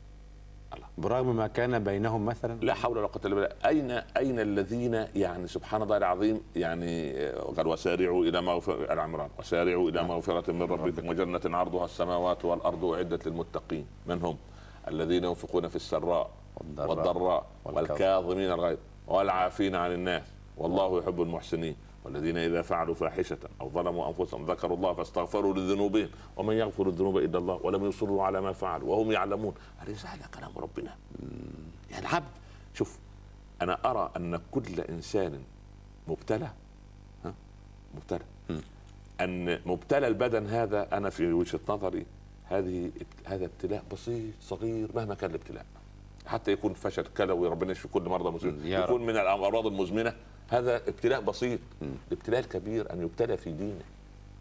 برغم ما كان بينهم مثلا. لا حول ولا قوه الا بالله. اين اين الذين يعني سبحان الله العظيم يعني قال وسارعوا الى مغفرة العمران وسارعوا الى مغفرة من ربكم وجنة عرضها السماوات والارض اعدت للمتقين. من هم؟ الذين ينفقون في السراء والضراء, والضراء والكاظمين الغيظ والعافين عن الناس والله يحب المحسنين والذين إذا فعلوا فاحشة أو ظلموا أنفسهم ذكروا الله فاستغفروا لذنوبهم ومن يغفر الذنوب إلا الله ولم يصروا على ما فعلوا وهم يعلمون. أليس هذا كلام ربنا؟ يعني العبد شوف أنا أرى أن كل إنسان مبتلى ها مبتلى أن مبتلى البدن هذا أنا في وجهة نظري هذه هذا ابتلاء بسيط صغير مهما كان الابتلاء، حتى يكون فشل كلوي ربنا يشفي كل مرضى المسلمين، يكون من الأمراض المزمنة، هذا ابتلاء بسيط. الابتلاء الكبير أن يبتلى في دينه.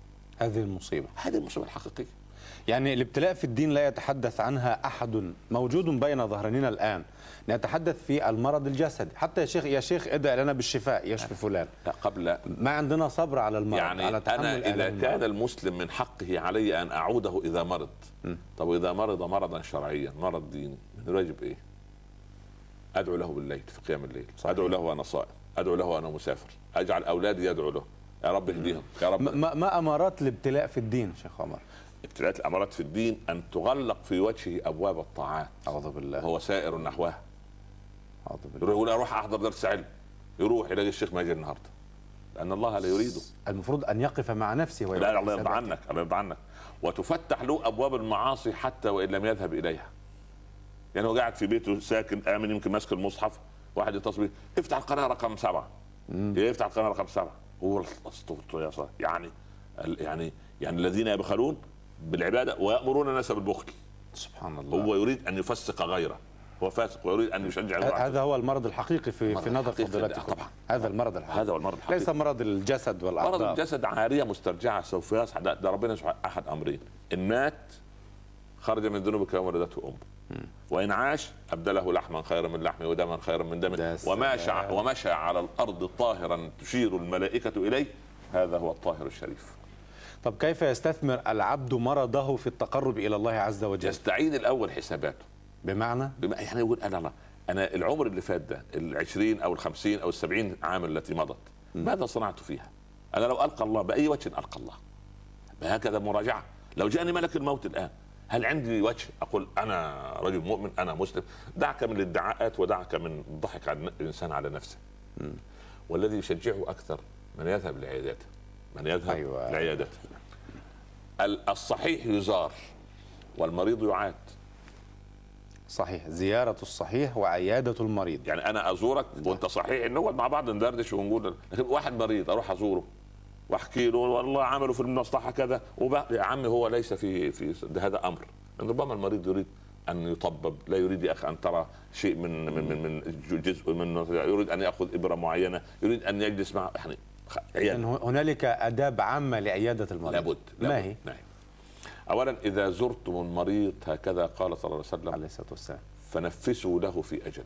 هذه المصيبة، هذه المصيبة الحقيقية. يعني الابتلاء في الدين لا يتحدث عنها أحد موجود بين ظهرانينا الآن. نتحدث في المرض الجسدي، حتى يا شيخ يا شيخ ادعي لنا بالشفاء يشفي فلان. لا قبل ما عندنا صبر على المرض، يعني على تحمل أنا إذا آلام كان المرض. المسلم من حقه علي أن أعوده إذا مرض، م. طب إذا مرض مرضا شرعيا مرض ديني، من الواجب إيه؟ أدعو له بالليل في قيام الليل، صحيح. أدعو له وأنا صائم، أدعو له وأنا مسافر، أجعل أولادي يدعو له، يا رب اهديهم يا رب. ما, ما أمارات الابتلاء في الدين شيخ عمر؟ ابتلاءات الأمارات في الدين أن تغلق في وجهه أبواب الطاعات، أعوذ بالله، هو سائر نحوها. أعوذ بالله. يقول أروح أحضر درس علم، يروح يلاقي الشيخ ما جاء النهارده، لأن الله لا يريده. المفروض أن يقف مع نفسه ويقول لا الله يرضى عنك، الله يرضى عنك. وتفتح له أبواب المعاصي حتى وإن لم يذهب إليها. يعني هو قاعد في بيته ساكن آمن، يمكن ماسك المصحف، واحد يتصل بيه افتح القناة رقم سبعة، يفتح القناة رقم سبعة، هو يا صاحبي يعني يعني يعني الذين يبخلون بالعبادة ويأمرون الناس بالبخل. سبحان الله. هو يريد أن يفسق غيره، هو فاسق ويريد ان يشجع. هذا هو المرض الحقيقي في في نظر فضيلتكم. طبعا هذا المرض الحقيقي، هذا هو المرض الحقيقي، ليس مرض الجسد والاعضاء. مرض الجسد عاريه مسترجعه سوف يصحى. ده, ده ربنا سبحانه احد امرين: ان مات خرج من ذنوبه كما ولدته امه، وان عاش ابدله لحما خيرا من لحمه ودما خيرا من دمه، ومشى ومشى على الارض طاهرا تشير الملائكه اليه، هذا هو الطاهر الشريف. طب كيف يستثمر العبد مرضه في التقرب الى الله عز وجل؟ يستعيد الاول حساباته. بمعنى؟ بما يعني يقول انا الله انا العمر اللي فات ده العشرين او الخمسين او السبعين عام التي مضت ماذا صنعت فيها؟ انا لو القى الله باي وجه القى الله؟ هكذا مراجعه. لو جاءني ملك الموت الان هل عندي وجه اقول انا رجل مؤمن انا مسلم؟ دعك من الادعاءات ودعك من الضحك على الانسان على نفسه. م. والذي يشجعه اكثر من يذهب لعيادته، من يذهب أيوة. لعيادته. الصحيح يزار والمريض يعاد. صحيح، زيارة الصحيح وعيادة المريض. يعني أنا أزورك وأنت صحيح، نقعد مع بعض ندردش ونقول، لكن واحد مريض أروح أزوره وأحكي له والله عملوا في المصلحة كذا وبقى يا عمي هو ليس في في هذا أمر. ربما المريض يريد أن يطبب، لا يريد يا أخي أن ترى شيء من من من, من جزء من، يريد أن يأخذ إبرة معينة، يريد أن يجلس مع يعني يعني هنالك آداب عامة لعيادة المريض. لابد. ما هي؟ نعم. أولا إذا زرتم المريض هكذا قال صلى الله عليه وسلم عليه الصلاة والسلام فنفسوا له في أجله،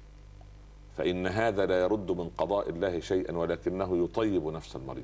فإن هذا لا يرد من قضاء الله شيئا ولكنه يطيب نفس المريض.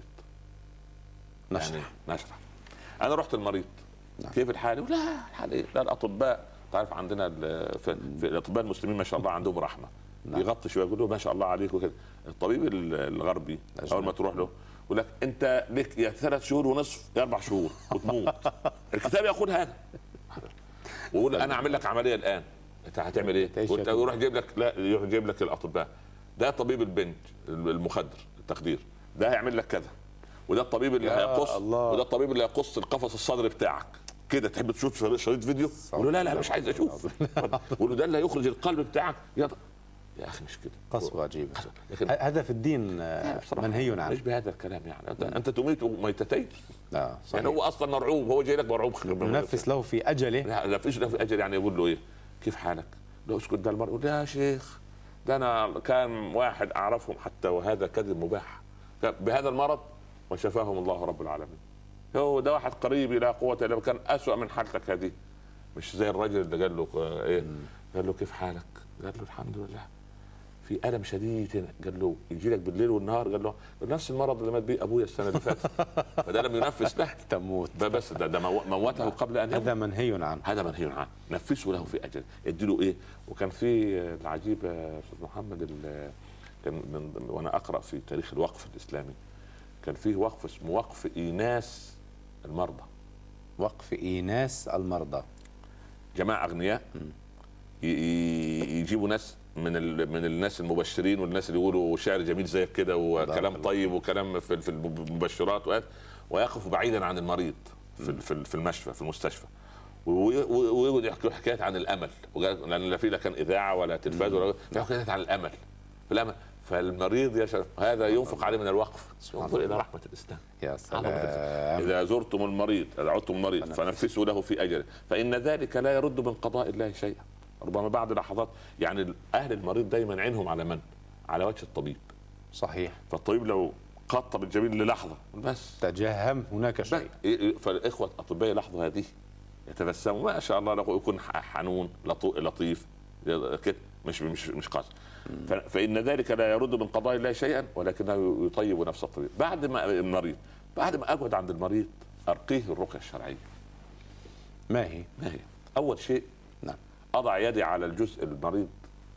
نشرح يعني نشرح. أنا رحت المريض نعم. كيف الحال؟ لا الحال إيه؟ لا الأطباء تعرف عندنا في, في الأطباء المسلمين ما شاء الله عندهم رحمة نعم. يغطي شوية يقول له ما شاء الله عليك وكذا. الطبيب الغربي أول ما تروح له يقول لك انت لك يا ثلاث شهور ونصف يا اربع شهور وتموت. الكتاب يقول هذا، ويقول انا اعمل لك عمليه الان، انت هتعمل ايه؟ يروح جايب لك، لا يروح جايب لك الاطباء، ده طبيب البنج المخدر التخدير، ده هيعمل لك كذا، وده الطبيب اللي هيقص، وده الطبيب اللي هيقص القفص الصدري بتاعك كده. تحب تشوف شريط فيديو؟ يقول له لا لا مش عايز اشوف. يقول له ده اللي هيخرج القلب بتاعك. يا يا اخي مش كده، قسوة عجيبة. هذا في الدين منهي عنه. مش بهذا الكلام يعني انت, انت تميت ميتتين. لا صحيح. يعني هو اصلا مرعوب، هو جاي لك مرعوب. ينفس له في اجله. لا ينفس له في اجله، يعني يقول له ايه؟ كيف حالك؟ لو اسكت ده المرء يقول يا شيخ ده انا كان واحد اعرفهم حتى وهذا كذب مباح بهذا المرض وشفاهم الله رب العالمين. هو ده واحد قريبي لا قوة الا بالله كان اسوأ من حالتك هذه. مش زي الرجل اللي قال له ايه؟ قال له كيف حالك؟ قال له الحمد لله. في ألم شديد هنا، قال له يجي لك بالليل والنهار، قال له نفس المرض اللي مات به ابويا السنه اللي فاتت. فده لم ينفس له تموت ده بس ده, ده موته قبل ان يموت. هذا منهي عنه. هذا منهي عنه. نفسه له في اجل، ادي له ايه. وكان في العجيب يا استاذ محمد كان من وانا اقرا في تاريخ الوقف الاسلامي كان فيه وقف اسمه وقف ايناس المرضى. وقف ايناس المرضى. جماعه اغنياء يجيبوا ناس من من الناس المبشرين والناس اللي يقولوا شعر جميل زي كده وكلام طيب وكلام في في المبشرات، ويقفوا بعيدا عن المريض في في المشفى في المستشفى، ويقعدوا يحكوا حكايات عن الامل، لان لا في لا كان اذاعه ولا تلفاز ولا حكايات عن الامل في الامل. فالمريض يشرف هذا ينفق عليه من الوقف. انظر الى رحمه الاسلام. يا سلام. اذا زرتم المريض اذا عدتم المريض فنفسوا له في اجله فان ذلك لا يرد من قضاء الله شيئا. ربما بعد لحظات يعني اهل المريض دايما عينهم على من؟ على وجه الطبيب. صحيح. فالطبيب لو خط بالجبين للحظه بس تجهم هناك شيء. فالاخوه الاطباء يلاحظوا هذه، يتبسموا ما شاء الله، يكون حنون لطيف كده، مش مش مش قاسي. فان ذلك لا يرد من قضاء الله شيئا ولكنه يطيب نفس الطبيب. بعد ما المريض بعد ما اقعد عند المريض ارقيه الرقيه الشرعيه. ما هي؟ ما هي؟ اول شيء نعم اضع يدي على الجزء المريض،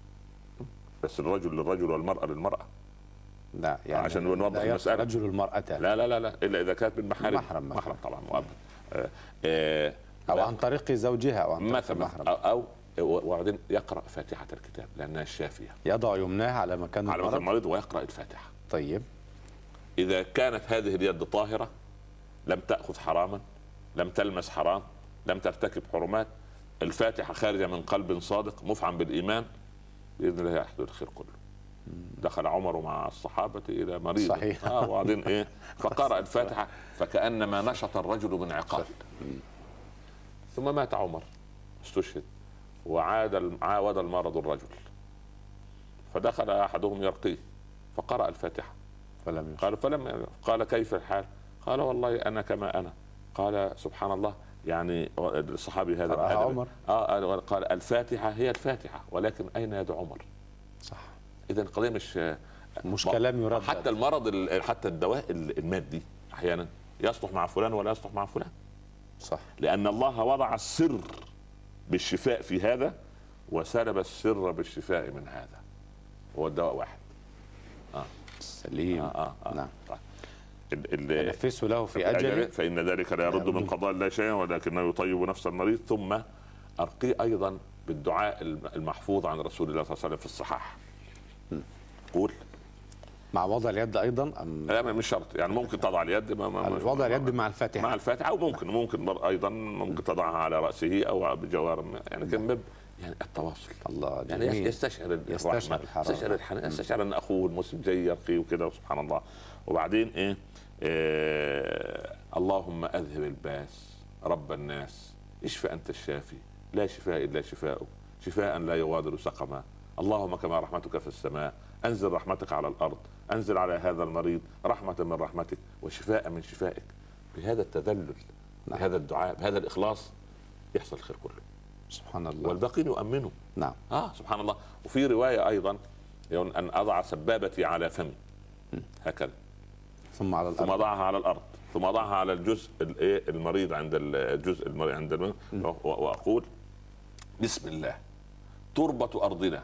بس الرجل للرجل والمراه للمراه. لا يعني عشان نوضح المساله، الرجل المراه لا لا لا لا الا اذا كانت من محارم. محرم محرم طبعا مؤبد. آه آه او عن طريق زوجها او عن طريق المحرم، او, أو وبعدين يقرا فاتحه الكتاب لانها الشافيه. يضع يمناه على مكان على المرض, مكان المريض ويقرا الفاتحه. طيب اذا كانت هذه اليد طاهره، لم تاخذ حراما، لم تلمس حرام، لم ترتكب حرمات، الفاتحه خارجه من قلب صادق مفعم بالايمان، باذن الله يحدث الخير كله. دخل عمر مع الصحابه الى مريض صحيح اه وبعدين ايه فقرأ الفاتحه فكأنما نشط الرجل من عقال. ثم مات عمر، استشهد، وعاد عاود المرض الرجل، فدخل احدهم يرقيه فقرأ الفاتحه فلم قال فلم قال كيف الحال؟ قال والله انا كما انا. قال سبحان الله، يعني الصحابي هذا عمر اه قال الفاتحه هي الفاتحه ولكن اين يد عمر؟ صح. اذا القضيه مش مش كلام يرد. حتى المرض حتى الدواء المادي احيانا يصلح مع فلان ولا يصلح مع فلان. صح. لان الله وضع السر بالشفاء في هذا وسلب السر بالشفاء من هذا، هو الدواء واحد. اه سليم. آه آه آه. نعم. نفسه له في اجله فان ذلك لا يرد من قضاء الله شيئا ولكنه يطيب نفس المريض. ثم ارقيه ايضا بالدعاء المحفوظ عن رسول الله صلى الله عليه وسلم في الصحاح. قول مع وضع اليد ايضا ام لا مش شرط، يعني ممكن تضع اليد ما ما وضع اليد مع الفاتحه مع الفاتحه، او ممكن ممكن ايضا ممكن تضعها على راسه او بجوار، يعني كم يعني التواصل. الله يعني يستشعر يستشعر يستشعر الحنان، يستشعر ان اخوه المسلم جاي يرقيه وكده، وسبحان الله. وبعدين ايه, إيه اللهم اذهب الباس رب الناس اشفى انت الشافي لا شفاء الا شفاؤك شفاء لا يغادر سقما. اللهم كما رحمتك في السماء انزل رحمتك على الارض، انزل على هذا المريض رحمه من رحمتك وشفاء من شفائك. بهذا التذلل، بهذا الدعاء، بهذا الاخلاص يحصل الخير كله. سبحان الله. والباقين يؤمنوا. نعم. اه سبحان الله. وفي روايه ايضا ان اضع سبابتي على فمي هكذا ثم على الارض ثم اضعها على الارض ثم اضعها على الجزء الايه المريض عند الجزء المريض عند المريض واقول بسم الله تربة ارضنا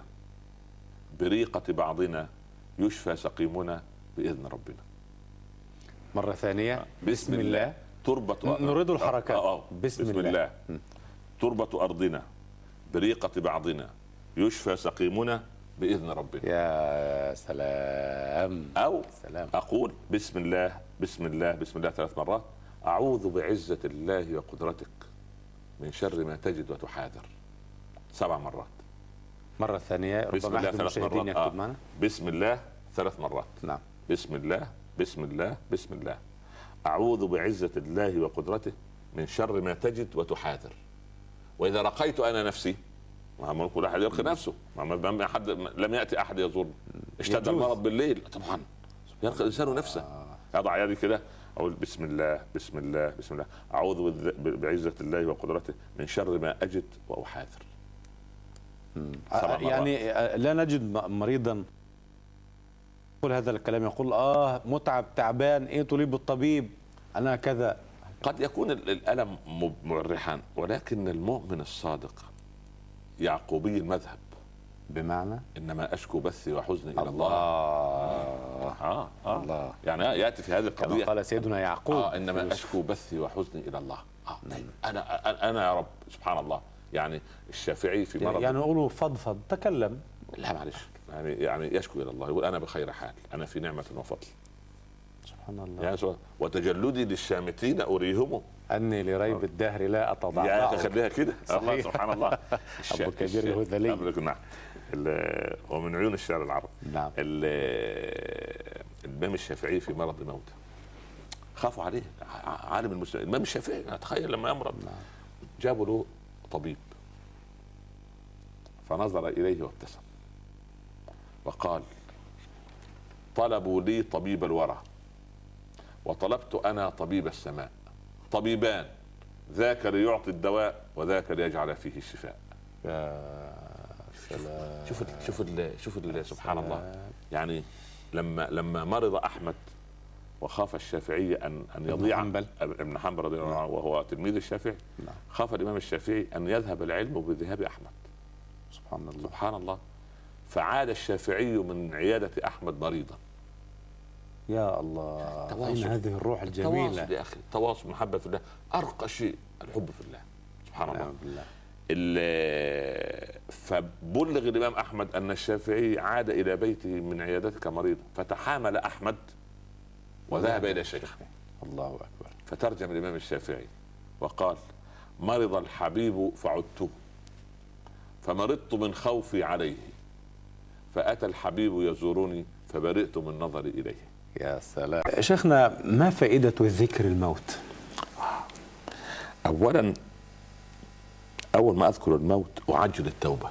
بريقة بعضنا يشفى سقيمنا باذن ربنا. مرة ثانية. آه. بسم الله تربة نريد الحركات. آه. آه. بسم, بسم الله, الله. تربة ارضنا بريقة بعضنا يشفى سقيمنا باذن ربنا. يا سلام. او سلام. اقول بسم الله بسم الله بسم الله ثلاث مرات اعوذ بعزة الله وقدرتك من شر ما تجد وتحاذر سبع مرات. مرة ثانية. بسم الله ثلاث مرات. يكتب معنا. بسم الله ثلاث مرات. نعم. بسم الله بسم الله بسم الله اعوذ بعزة الله وقدرته من شر ما تجد وتحاذر. واذا رقيت انا نفسي، ما كل احد يرقي نفسه، ما حد لم ياتي احد يزور اشتد المرض بالليل طبعا يرقي الانسان نفسه. آه. اضع يدي كده اقول بسم الله بسم الله بسم الله اعوذ بعزة الله وقدرته من شر ما اجد واحاذر. يعني لا نجد مريضا يقول هذا الكلام، يقول اه متعب تعبان ايه تريد بالطبيب انا كذا. قد يكون الالم مرحا، ولكن المؤمن الصادق يعقوبي المذهب بمعنى انما اشكو بثي وحزني الى الله. الله آه. آه. الله. يعني ياتي في هذه القضيه قال سيدنا يعقوب آه انما اشكو بثي وحزني الى الله. آه. انا انا يا رب سبحان الله. يعني الشافعي في مرض يعني يقولوا فضفض تكلم. لا معلش يعني يعني يشكو الى الله، يقول انا بخير حال، انا في نعمه وفضل. سبحان الله. يا سؤال. وتجلدي للشامتين اريهم اني لريب الدهر لا اتضعضع. يا خليها كده. الله سبحان الله. ابو كبير الهذلي. نعم. ومن عيون الشعر العربي. نعم. الامام الشافعي في مرض موته خافوا عليه، عالم المسلمين الامام الشافعي تخيل لما يمرض. نعم. جابوا له طبيب فنظر اليه وابتسم وقال طلبوا لي طبيب الورع وطلبت انا طبيب السماء، طبيبان، ذاك ليعطي الدواء وذاك ليجعل فيه الشفاء. يا سلام. شوف ال شوف ال شوف ال سبحان الله. يعني لما لما مرض احمد وخاف الشافعي ان ان يضيع حنبل. ابن حنبل رضي الله عنه وهو تلميذ الشافعي، نعم. خاف الامام الشافعي ان يذهب العلم بذهاب احمد. سبحان الله سبحان الله. فعاد الشافعي من عياده احمد مريضا. يا الله، أين هذه الروح الجميلة؟ تواصل يا أخي، تواصل، محبة في الله، أرقى شيء الحب في الله سبحان الله. بالله. فبلغ الإمام أحمد أن الشافعي عاد إلى بيته من عيادتك مريضا، فتحامل أحمد وذهب إلى شيخه. الله أكبر. فترجم الإمام الشافعي وقال: مرض الحبيب فعدته، فمرضت من خوفي عليه، فأتى الحبيب يزورني فبرئت من نظري إليه. يا سلام. شيخنا، ما فائدة ذكر الموت؟ أولا، أول ما أذكر الموت أعجل التوبة،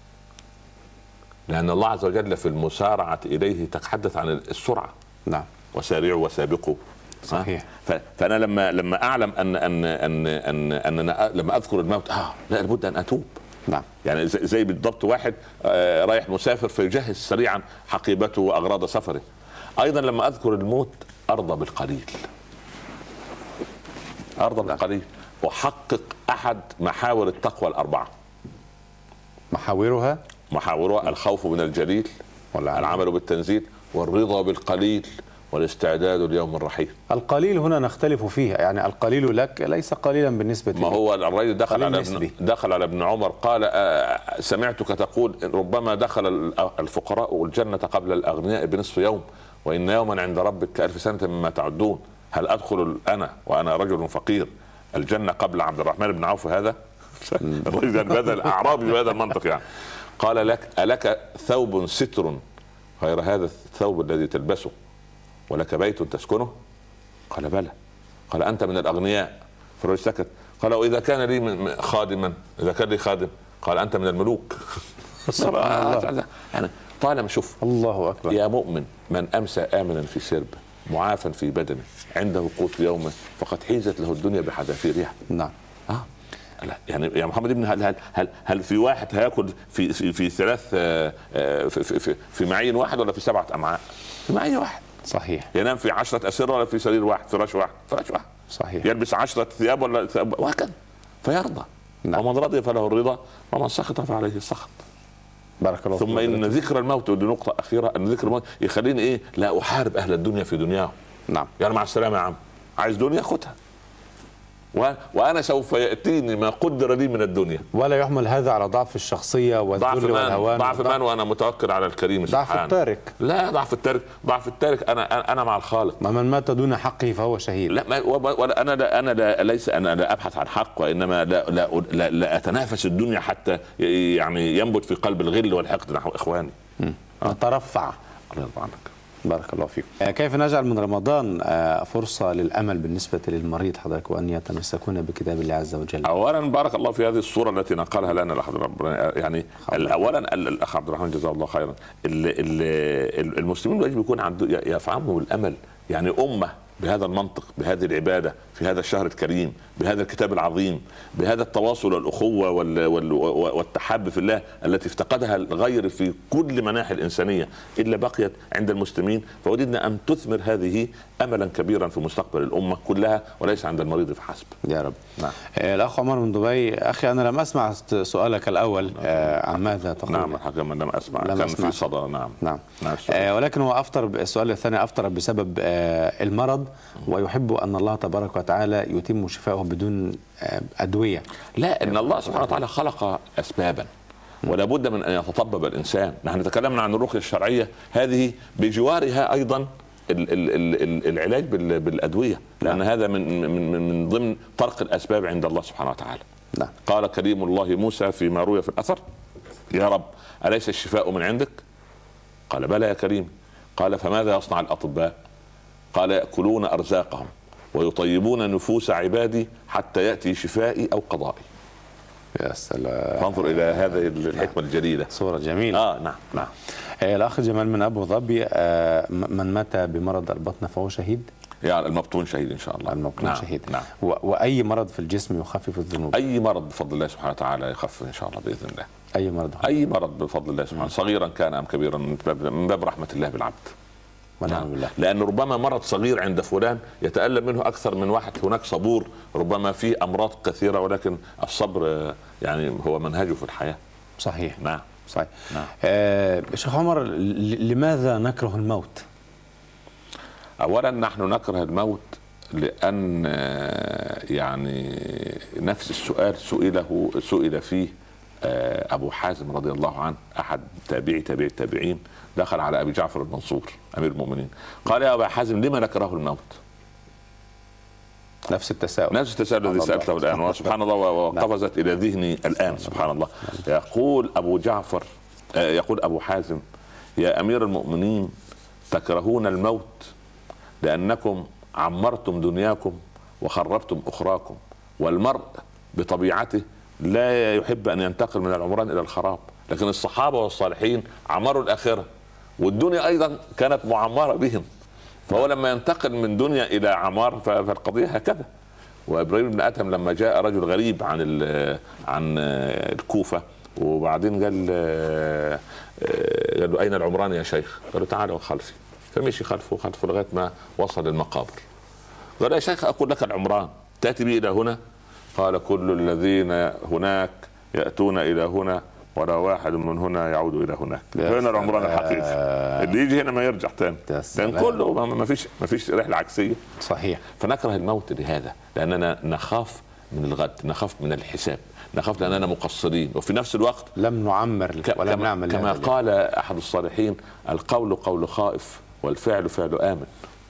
لأن الله عز وجل في المسارعة إليه تتحدث عن السرعة. نعم. وسارعوا وسابقوا. صحيح. فأنا لما لما أعلم أن أن أن أن, أن أنا لما أذكر الموت آه لا لابد أن أتوب. نعم. يعني زي بالضبط واحد آه رايح مسافر فيجهز سريعا حقيبته وأغراض سفره. أيضا لما أذكر الموت أرضى بالقليل، أرضى بالقليل، وحقق أحد محاور التقوى الأربعة. محاورها محاورها الخوف من الجليل، والعمل بالتنزيل، والرضا بالقليل، والاستعداد ليوم الرحيل. القليل هنا نختلف فيه، يعني القليل لك ليس قليلا بالنسبة لي. ما هو الرجل دخل على ابن دخل على ابن عمر قال: آه سمعتك تقول ربما دخل الفقراء الجنة قبل الأغنياء بنصف يوم، وإن يوما عند ربك كألف سنة مما تعدون، هل أدخل أنا وأنا رجل فقير الجنة قبل عبد الرحمن بن عوف هذا؟ الرجل بهذا الأعرابي بهذا المنطق يعني. قال: لك ألك ثوب ستر غير هذا الثوب الذي تلبسه، ولك بيت تسكنه؟ قال: بلى. قال: أنت من الأغنياء. فالرجل سكت. قال: وإذا كان لي خادما، إذا كان لي خادم؟ قال: أنت من الملوك. يعني طالما شوف الله أكبر. يا مؤمن، من أمسى آمنا في سرب معافا في بدنه عنده قوت يومه فقد حيزت له الدنيا بحذافيرها. نعم. آه. يعني يا محمد ابن هل هل هل, هل في واحد هياكل في في, في ثلاث في, في, في, في معين واحد ولا في سبعة أمعاء؟ في معين واحد. صحيح. ينام في عشرة أسرة ولا في سرير واحد، فراش واحد، فراش واحد. صحيح. يلبس عشرة ثياب ولا ثياب، وهكذا. فيرضى. نعم. ومن رضي فله الرضا ومن سخط فعليه السخط. بارك الله. ثم إن ذكر الموت، ودي نقطة أخيرة، أن ذكر الموت يخليني إيه؟ لا أحارب أهل الدنيا في دنياهم. نعم. يعني مع السلامة يا عم، عايز دنيا خدها، و... وأنا سوف يأتيني ما قدر لي من الدنيا. ولا يحمل هذا على ضعف الشخصية والذل والهوان. ضعف من وأنا متوكل على الكريم سبحانه. ضعف التارك. لا ضعف التارك، ضعف التارك أنا أنا مع الخالق. من مات دون حقه فهو شهيد. لا ما... ولا أنا لا أنا لا ليس أنا لا أبحث عن حق، وإنما لا لا, لا, لا أتنافس الدنيا حتى يعني ينبت في قلب الغل والحقد نحو إخواني. نترفع. الله يرضى عنك. بارك الله فيكم. كيف نجعل من رمضان فرصة للأمل بالنسبة للمريض حضرتك، وأن يتمسكون بكتاب الله عز وجل؟ أولا بارك الله في هذه الصورة التي نقلها لنا الأخ يعني أولا الأخ عبد الرحمن جزاه الله خيرا. المسلمين يجب يكون عنده يفهموا الأمل، يعني أمة بهذا المنطق، بهذه العبادة، في هذا الشهر الكريم، بهذا الكتاب العظيم، بهذا التواصل والأخوة والتحاب في الله التي افتقدها الغير في كل مناحي الإنسانية إلا بقيت عند المسلمين. فوددنا أن تثمر هذه أملا كبيرا في مستقبل الأمة كلها، وليس عند المريض فحسب. يا رب. نعم. آه الأخ عمر من دبي. أخي أنا لم أسمع سؤالك الأول آه عن ماذا تقول. نعم الحقيقة لم أسمع، لم كان أسمع. في صدر. نعم نعم, نعم. آه ولكن هو أفطر. السؤال الثاني أفطر بسبب آه المرض، ويحب أن الله تبارك وتعالى يتم شفاءه بدون أدوية. لا، إن الله سبحانه وتعالى خلق أسبابا ولا بد من أن يتطبب الإنسان. نحن تكلمنا عن الرقية الشرعية، هذه بجوارها أيضا ال ال ال العلاج بالأدوية، لأن هذا من من من ضمن طرق الأسباب عند الله سبحانه وتعالى. نعم. قال كريم الله موسى فيما روي في الأثر: يا رب أليس الشفاء من عندك؟ قال بلى يا كريم. قال فماذا يصنع الأطباء؟ قال يأكلون أرزاقهم ويطيبون نفوس عبادي حتى يأتي شفائي أو قضائي. يا سلام. فانظر إلى هذه الحكمة الجليلة. صورة جميلة. آه نعم نعم. آه الأخ جمال من أبو ظبي. آه من مات بمرض البطن فهو شهيد؟ يعني المبطون شهيد ان شاء الله. المبطون نعم. شهيد. نعم. واي مرض في الجسم يخفف الذنوب؟ اي مرض بفضل الله سبحانه وتعالى يخفف ان شاء الله باذن الله. اي مرض اي مرض بفضل الله سبحانه، صغيرا كان ام كبيرا، من باب, من باب رحمه الله بالعبد. ونعم بالله. لأن ربما مرض صغير عند فلان يتألم منه أكثر من واحد هناك صبور، ربما في أمراض كثيرة ولكن الصبر يعني هو منهجه في الحياة. صحيح. نعم صحيح. نعم. آه شيخ عمر، لماذا نكره الموت؟ أولا نحن نكره الموت لأن يعني نفس السؤال سئله سئل فيه أبو حازم رضي الله عنه، أحد تابعي تابعي التابعين، دخل على أبي جعفر المنصور أمير المؤمنين قال: يا أبا حازم لما نكره الموت؟ نفس التساؤل نفس التساؤل الذي سألته الآن، وسبحان الله وقفزت إلى ذهني الآن. سبحان الله. يقول أبو جعفر يقول أبو حازم: يا أمير المؤمنين تكرهون الموت لأنكم عمرتم دنياكم وخربتم أخراكم، والمرء بطبيعته لا يحب أن ينتقل من العمران إلى الخراب، لكن الصحابة والصالحين عمروا الآخرة والدنيا أيضا كانت معمرة بهم، فهو لما ينتقل من دنيا إلى عمار فالقضية هكذا. وإبراهيم بن أدهم لما جاء رجل غريب عن عن الكوفة وبعدين قال قال له: أين العمران يا شيخ؟ قال له: تعالوا خلفي. فمشي خلفه خلفه لغاية ما وصل للمقابر. قال: يا شيخ أقول لك العمران، تأتي بي إلى هنا؟ قال: كل الذين هناك يأتون إلى هنا ولا واحد من هنا يعود إلى هناك. فين العمران الحقيقي؟ اللي يجي هنا ما يرجع تاني، لأن كله ما فيش ما فيش رحلة عكسية. صحيح. فنكره الموت لهذا، لأننا نخاف من الغد، نخاف من الحساب، نخاف لأننا مقصرين، وفي نفس الوقت لم نعمر ولم نعمل. كما قال أحد الصالحين: القول قول خائف والفعل فعل آمن.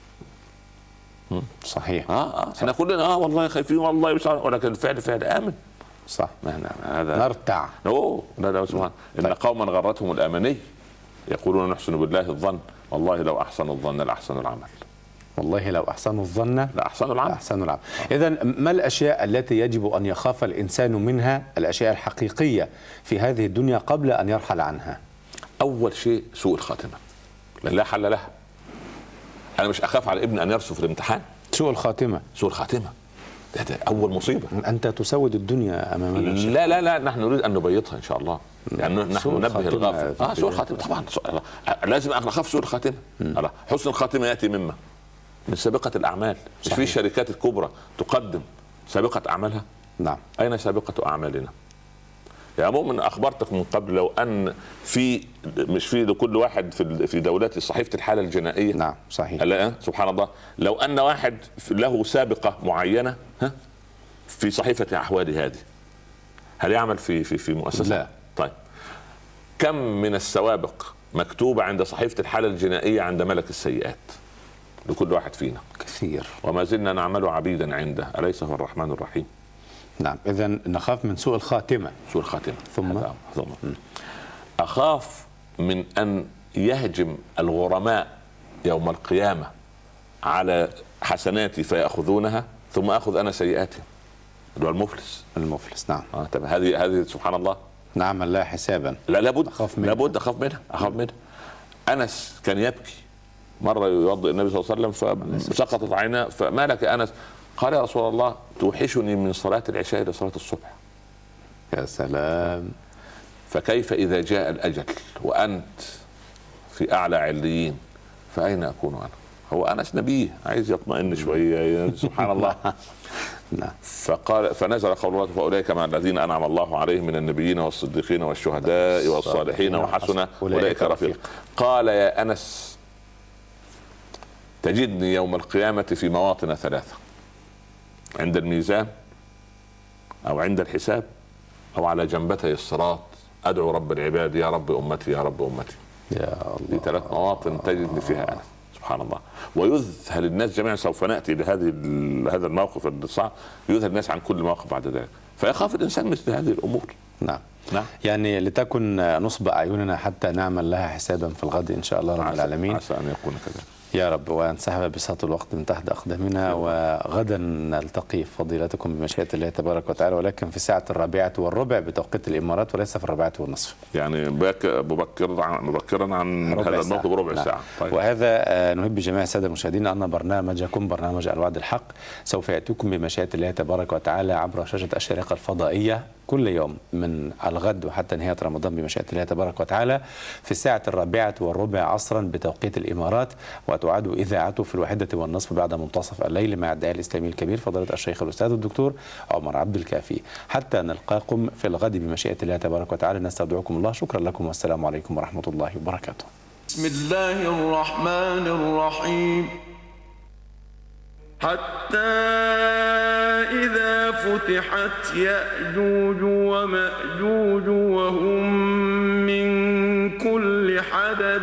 صحيح. اه احنا كلنا اه والله خايفين والله مش عارف، ولكن الفعل فعل آمن. صح. هذا نرتع. اوه لا لا سبحان. ان قوما غرتهم الاماني يقولون نحسن بالله الظن والله لو احسنوا الظن لاحسنوا العمل. والله لو احسنوا الظن لاحسنوا العمل. احسنوا العمل. اذا ما الاشياء التي يجب ان يخاف الانسان منها، الاشياء الحقيقيه في هذه الدنيا قبل ان يرحل عنها؟ اول شيء سوء الخاتمه، لان لا حل لها. انا مش اخاف على ابني ان يرسو في الامتحان. سوء الخاتمه. سوء الخاتمه ده, ده اول مصيبه. انت تسود الدنيا امامنا. لا لا لا نحن نريد ان نبيضها ان شاء الله، يعني نحن ننبه الغافل. اه سوء الخاتمه طبعا لازم اخاف سوء الخاتمه. حسن الخاتمه ياتي مما من سابقه الاعمال. مش في الشركات الكبرى تقدم سابقه اعمالها؟ نعم. اين سابقه اعمالنا يا مؤمن؟ اخبرتك من قبل لو ان في مش في لكل واحد في في دولات صحيفه الحاله الجنائيه. نعم صحيح. لا سبحان الله، لو ان واحد له سابقه معينه ها في صحيفه احواله هذه، هل يعمل في في في مؤسسه؟ لا. طيب كم من السوابق مكتوبه عند صحيفه الحاله الجنائيه عند ملك السيئات لكل واحد فينا؟ كثير. وما زلنا نعمل عبيدا عنده، اليس هو الرحمن الرحيم؟ نعم. إذا نخاف من سوء الخاتمة. سوء الخاتمة. ثم ثم أخاف من أن يهجم الغرماء يوم القيامة على حسناتي فيأخذونها ثم أخذ أنا سيئاتي، اللي هو المفلس. المفلس نعم. آه طب هذه هذه سبحان الله نعمل لها حسابا. لا لابد أخاف منها. لابد أخاف منها أخاف منها. أنس كان يبكي مرة يوضئ النبي صلى الله عليه وسلم فسقطت عيناه، فما لك أنس؟ قال: يا رسول الله توحشني من صلاة العشاء إلى صلاة الصبح. يا سلام. فكيف إذا جاء الأجل وأنت في أعلى عليين فأين أكون أنا؟ هو أنس نبيه عايز يطمئن شوية سبحان الله. نعم. فقال فنزل قول الله: فأولئك مع الذين أنعم الله عليهم من النبيين والصديقين والشهداء والصالحين وحسن أولئك رفيق. قال: يا أنس تجدني يوم القيامة في مواطن ثلاثة: عند الميزان أو عند الحساب أو على جنبتي الصراط، أدعو رب العباد يا رب أمتي يا رب أمتي. يا الله. دي ثلاث مواطن تجدني فيها أنا سبحان الله. ويذهل الناس جميعا، سوف نأتي لهذه هذا الموقف الصعب، يذهل الناس عن كل موقف بعد ذلك، فيخاف الإنسان مثل هذه الأمور. نعم. نعم. يعني لتكن نصب أعيننا حتى نعمل لها حسابا في الغد إن شاء الله رب العالمين. عسى أن يكون كذلك. يا رب، وانسحب بساط الوقت من تحت أقدامنا. وغدا نلتقي فضيلتكم بمشيئة الله تبارك وتعالى، ولكن في الساعة الرابعة والربع بتوقيت الإمارات، وليس في الرابعة والنصف، يعني مبكرا مبكرا عن هذا الموقف بربع نعم. ساعة. طيب. وهذا نهب بجميع السادة المشاهدين أن برنامجكم برنامج الوعد الحق سوف يأتيكم بمشيئة الله تبارك وتعالى عبر شاشة الشريقة الفضائية كل يوم من الغد وحتى نهاية رمضان بمشيئة الله تبارك وتعالى في الساعة الرابعة والربع عصرا بتوقيت الإمارات، وتعاد إذاعته في الواحدة والنصف بعد منتصف الليل مع الداعية الإسلامي الكبير فضيلة الشيخ الأستاذ الدكتور عمر عبد الكافي. حتى نلقاكم في الغد بمشيئة الله تبارك وتعالى نستودعكم الله. شكرا لكم والسلام عليكم ورحمة الله وبركاته. بسم الله الرحمن الرحيم. حتى إذا فتحت يأجوج ومأجوج وهم من كل حدب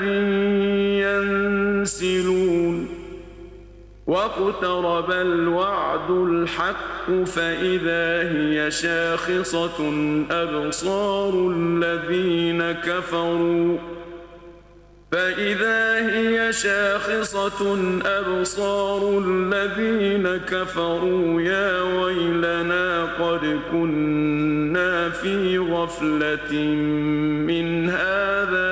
ينسلون واقترب الوعد الحق فإذا هي شاخصة أبصار الذين كفروا فإذا هي شاخصة أبصار الذين كفروا يا ويلنا قد كنا في غفلة من هذا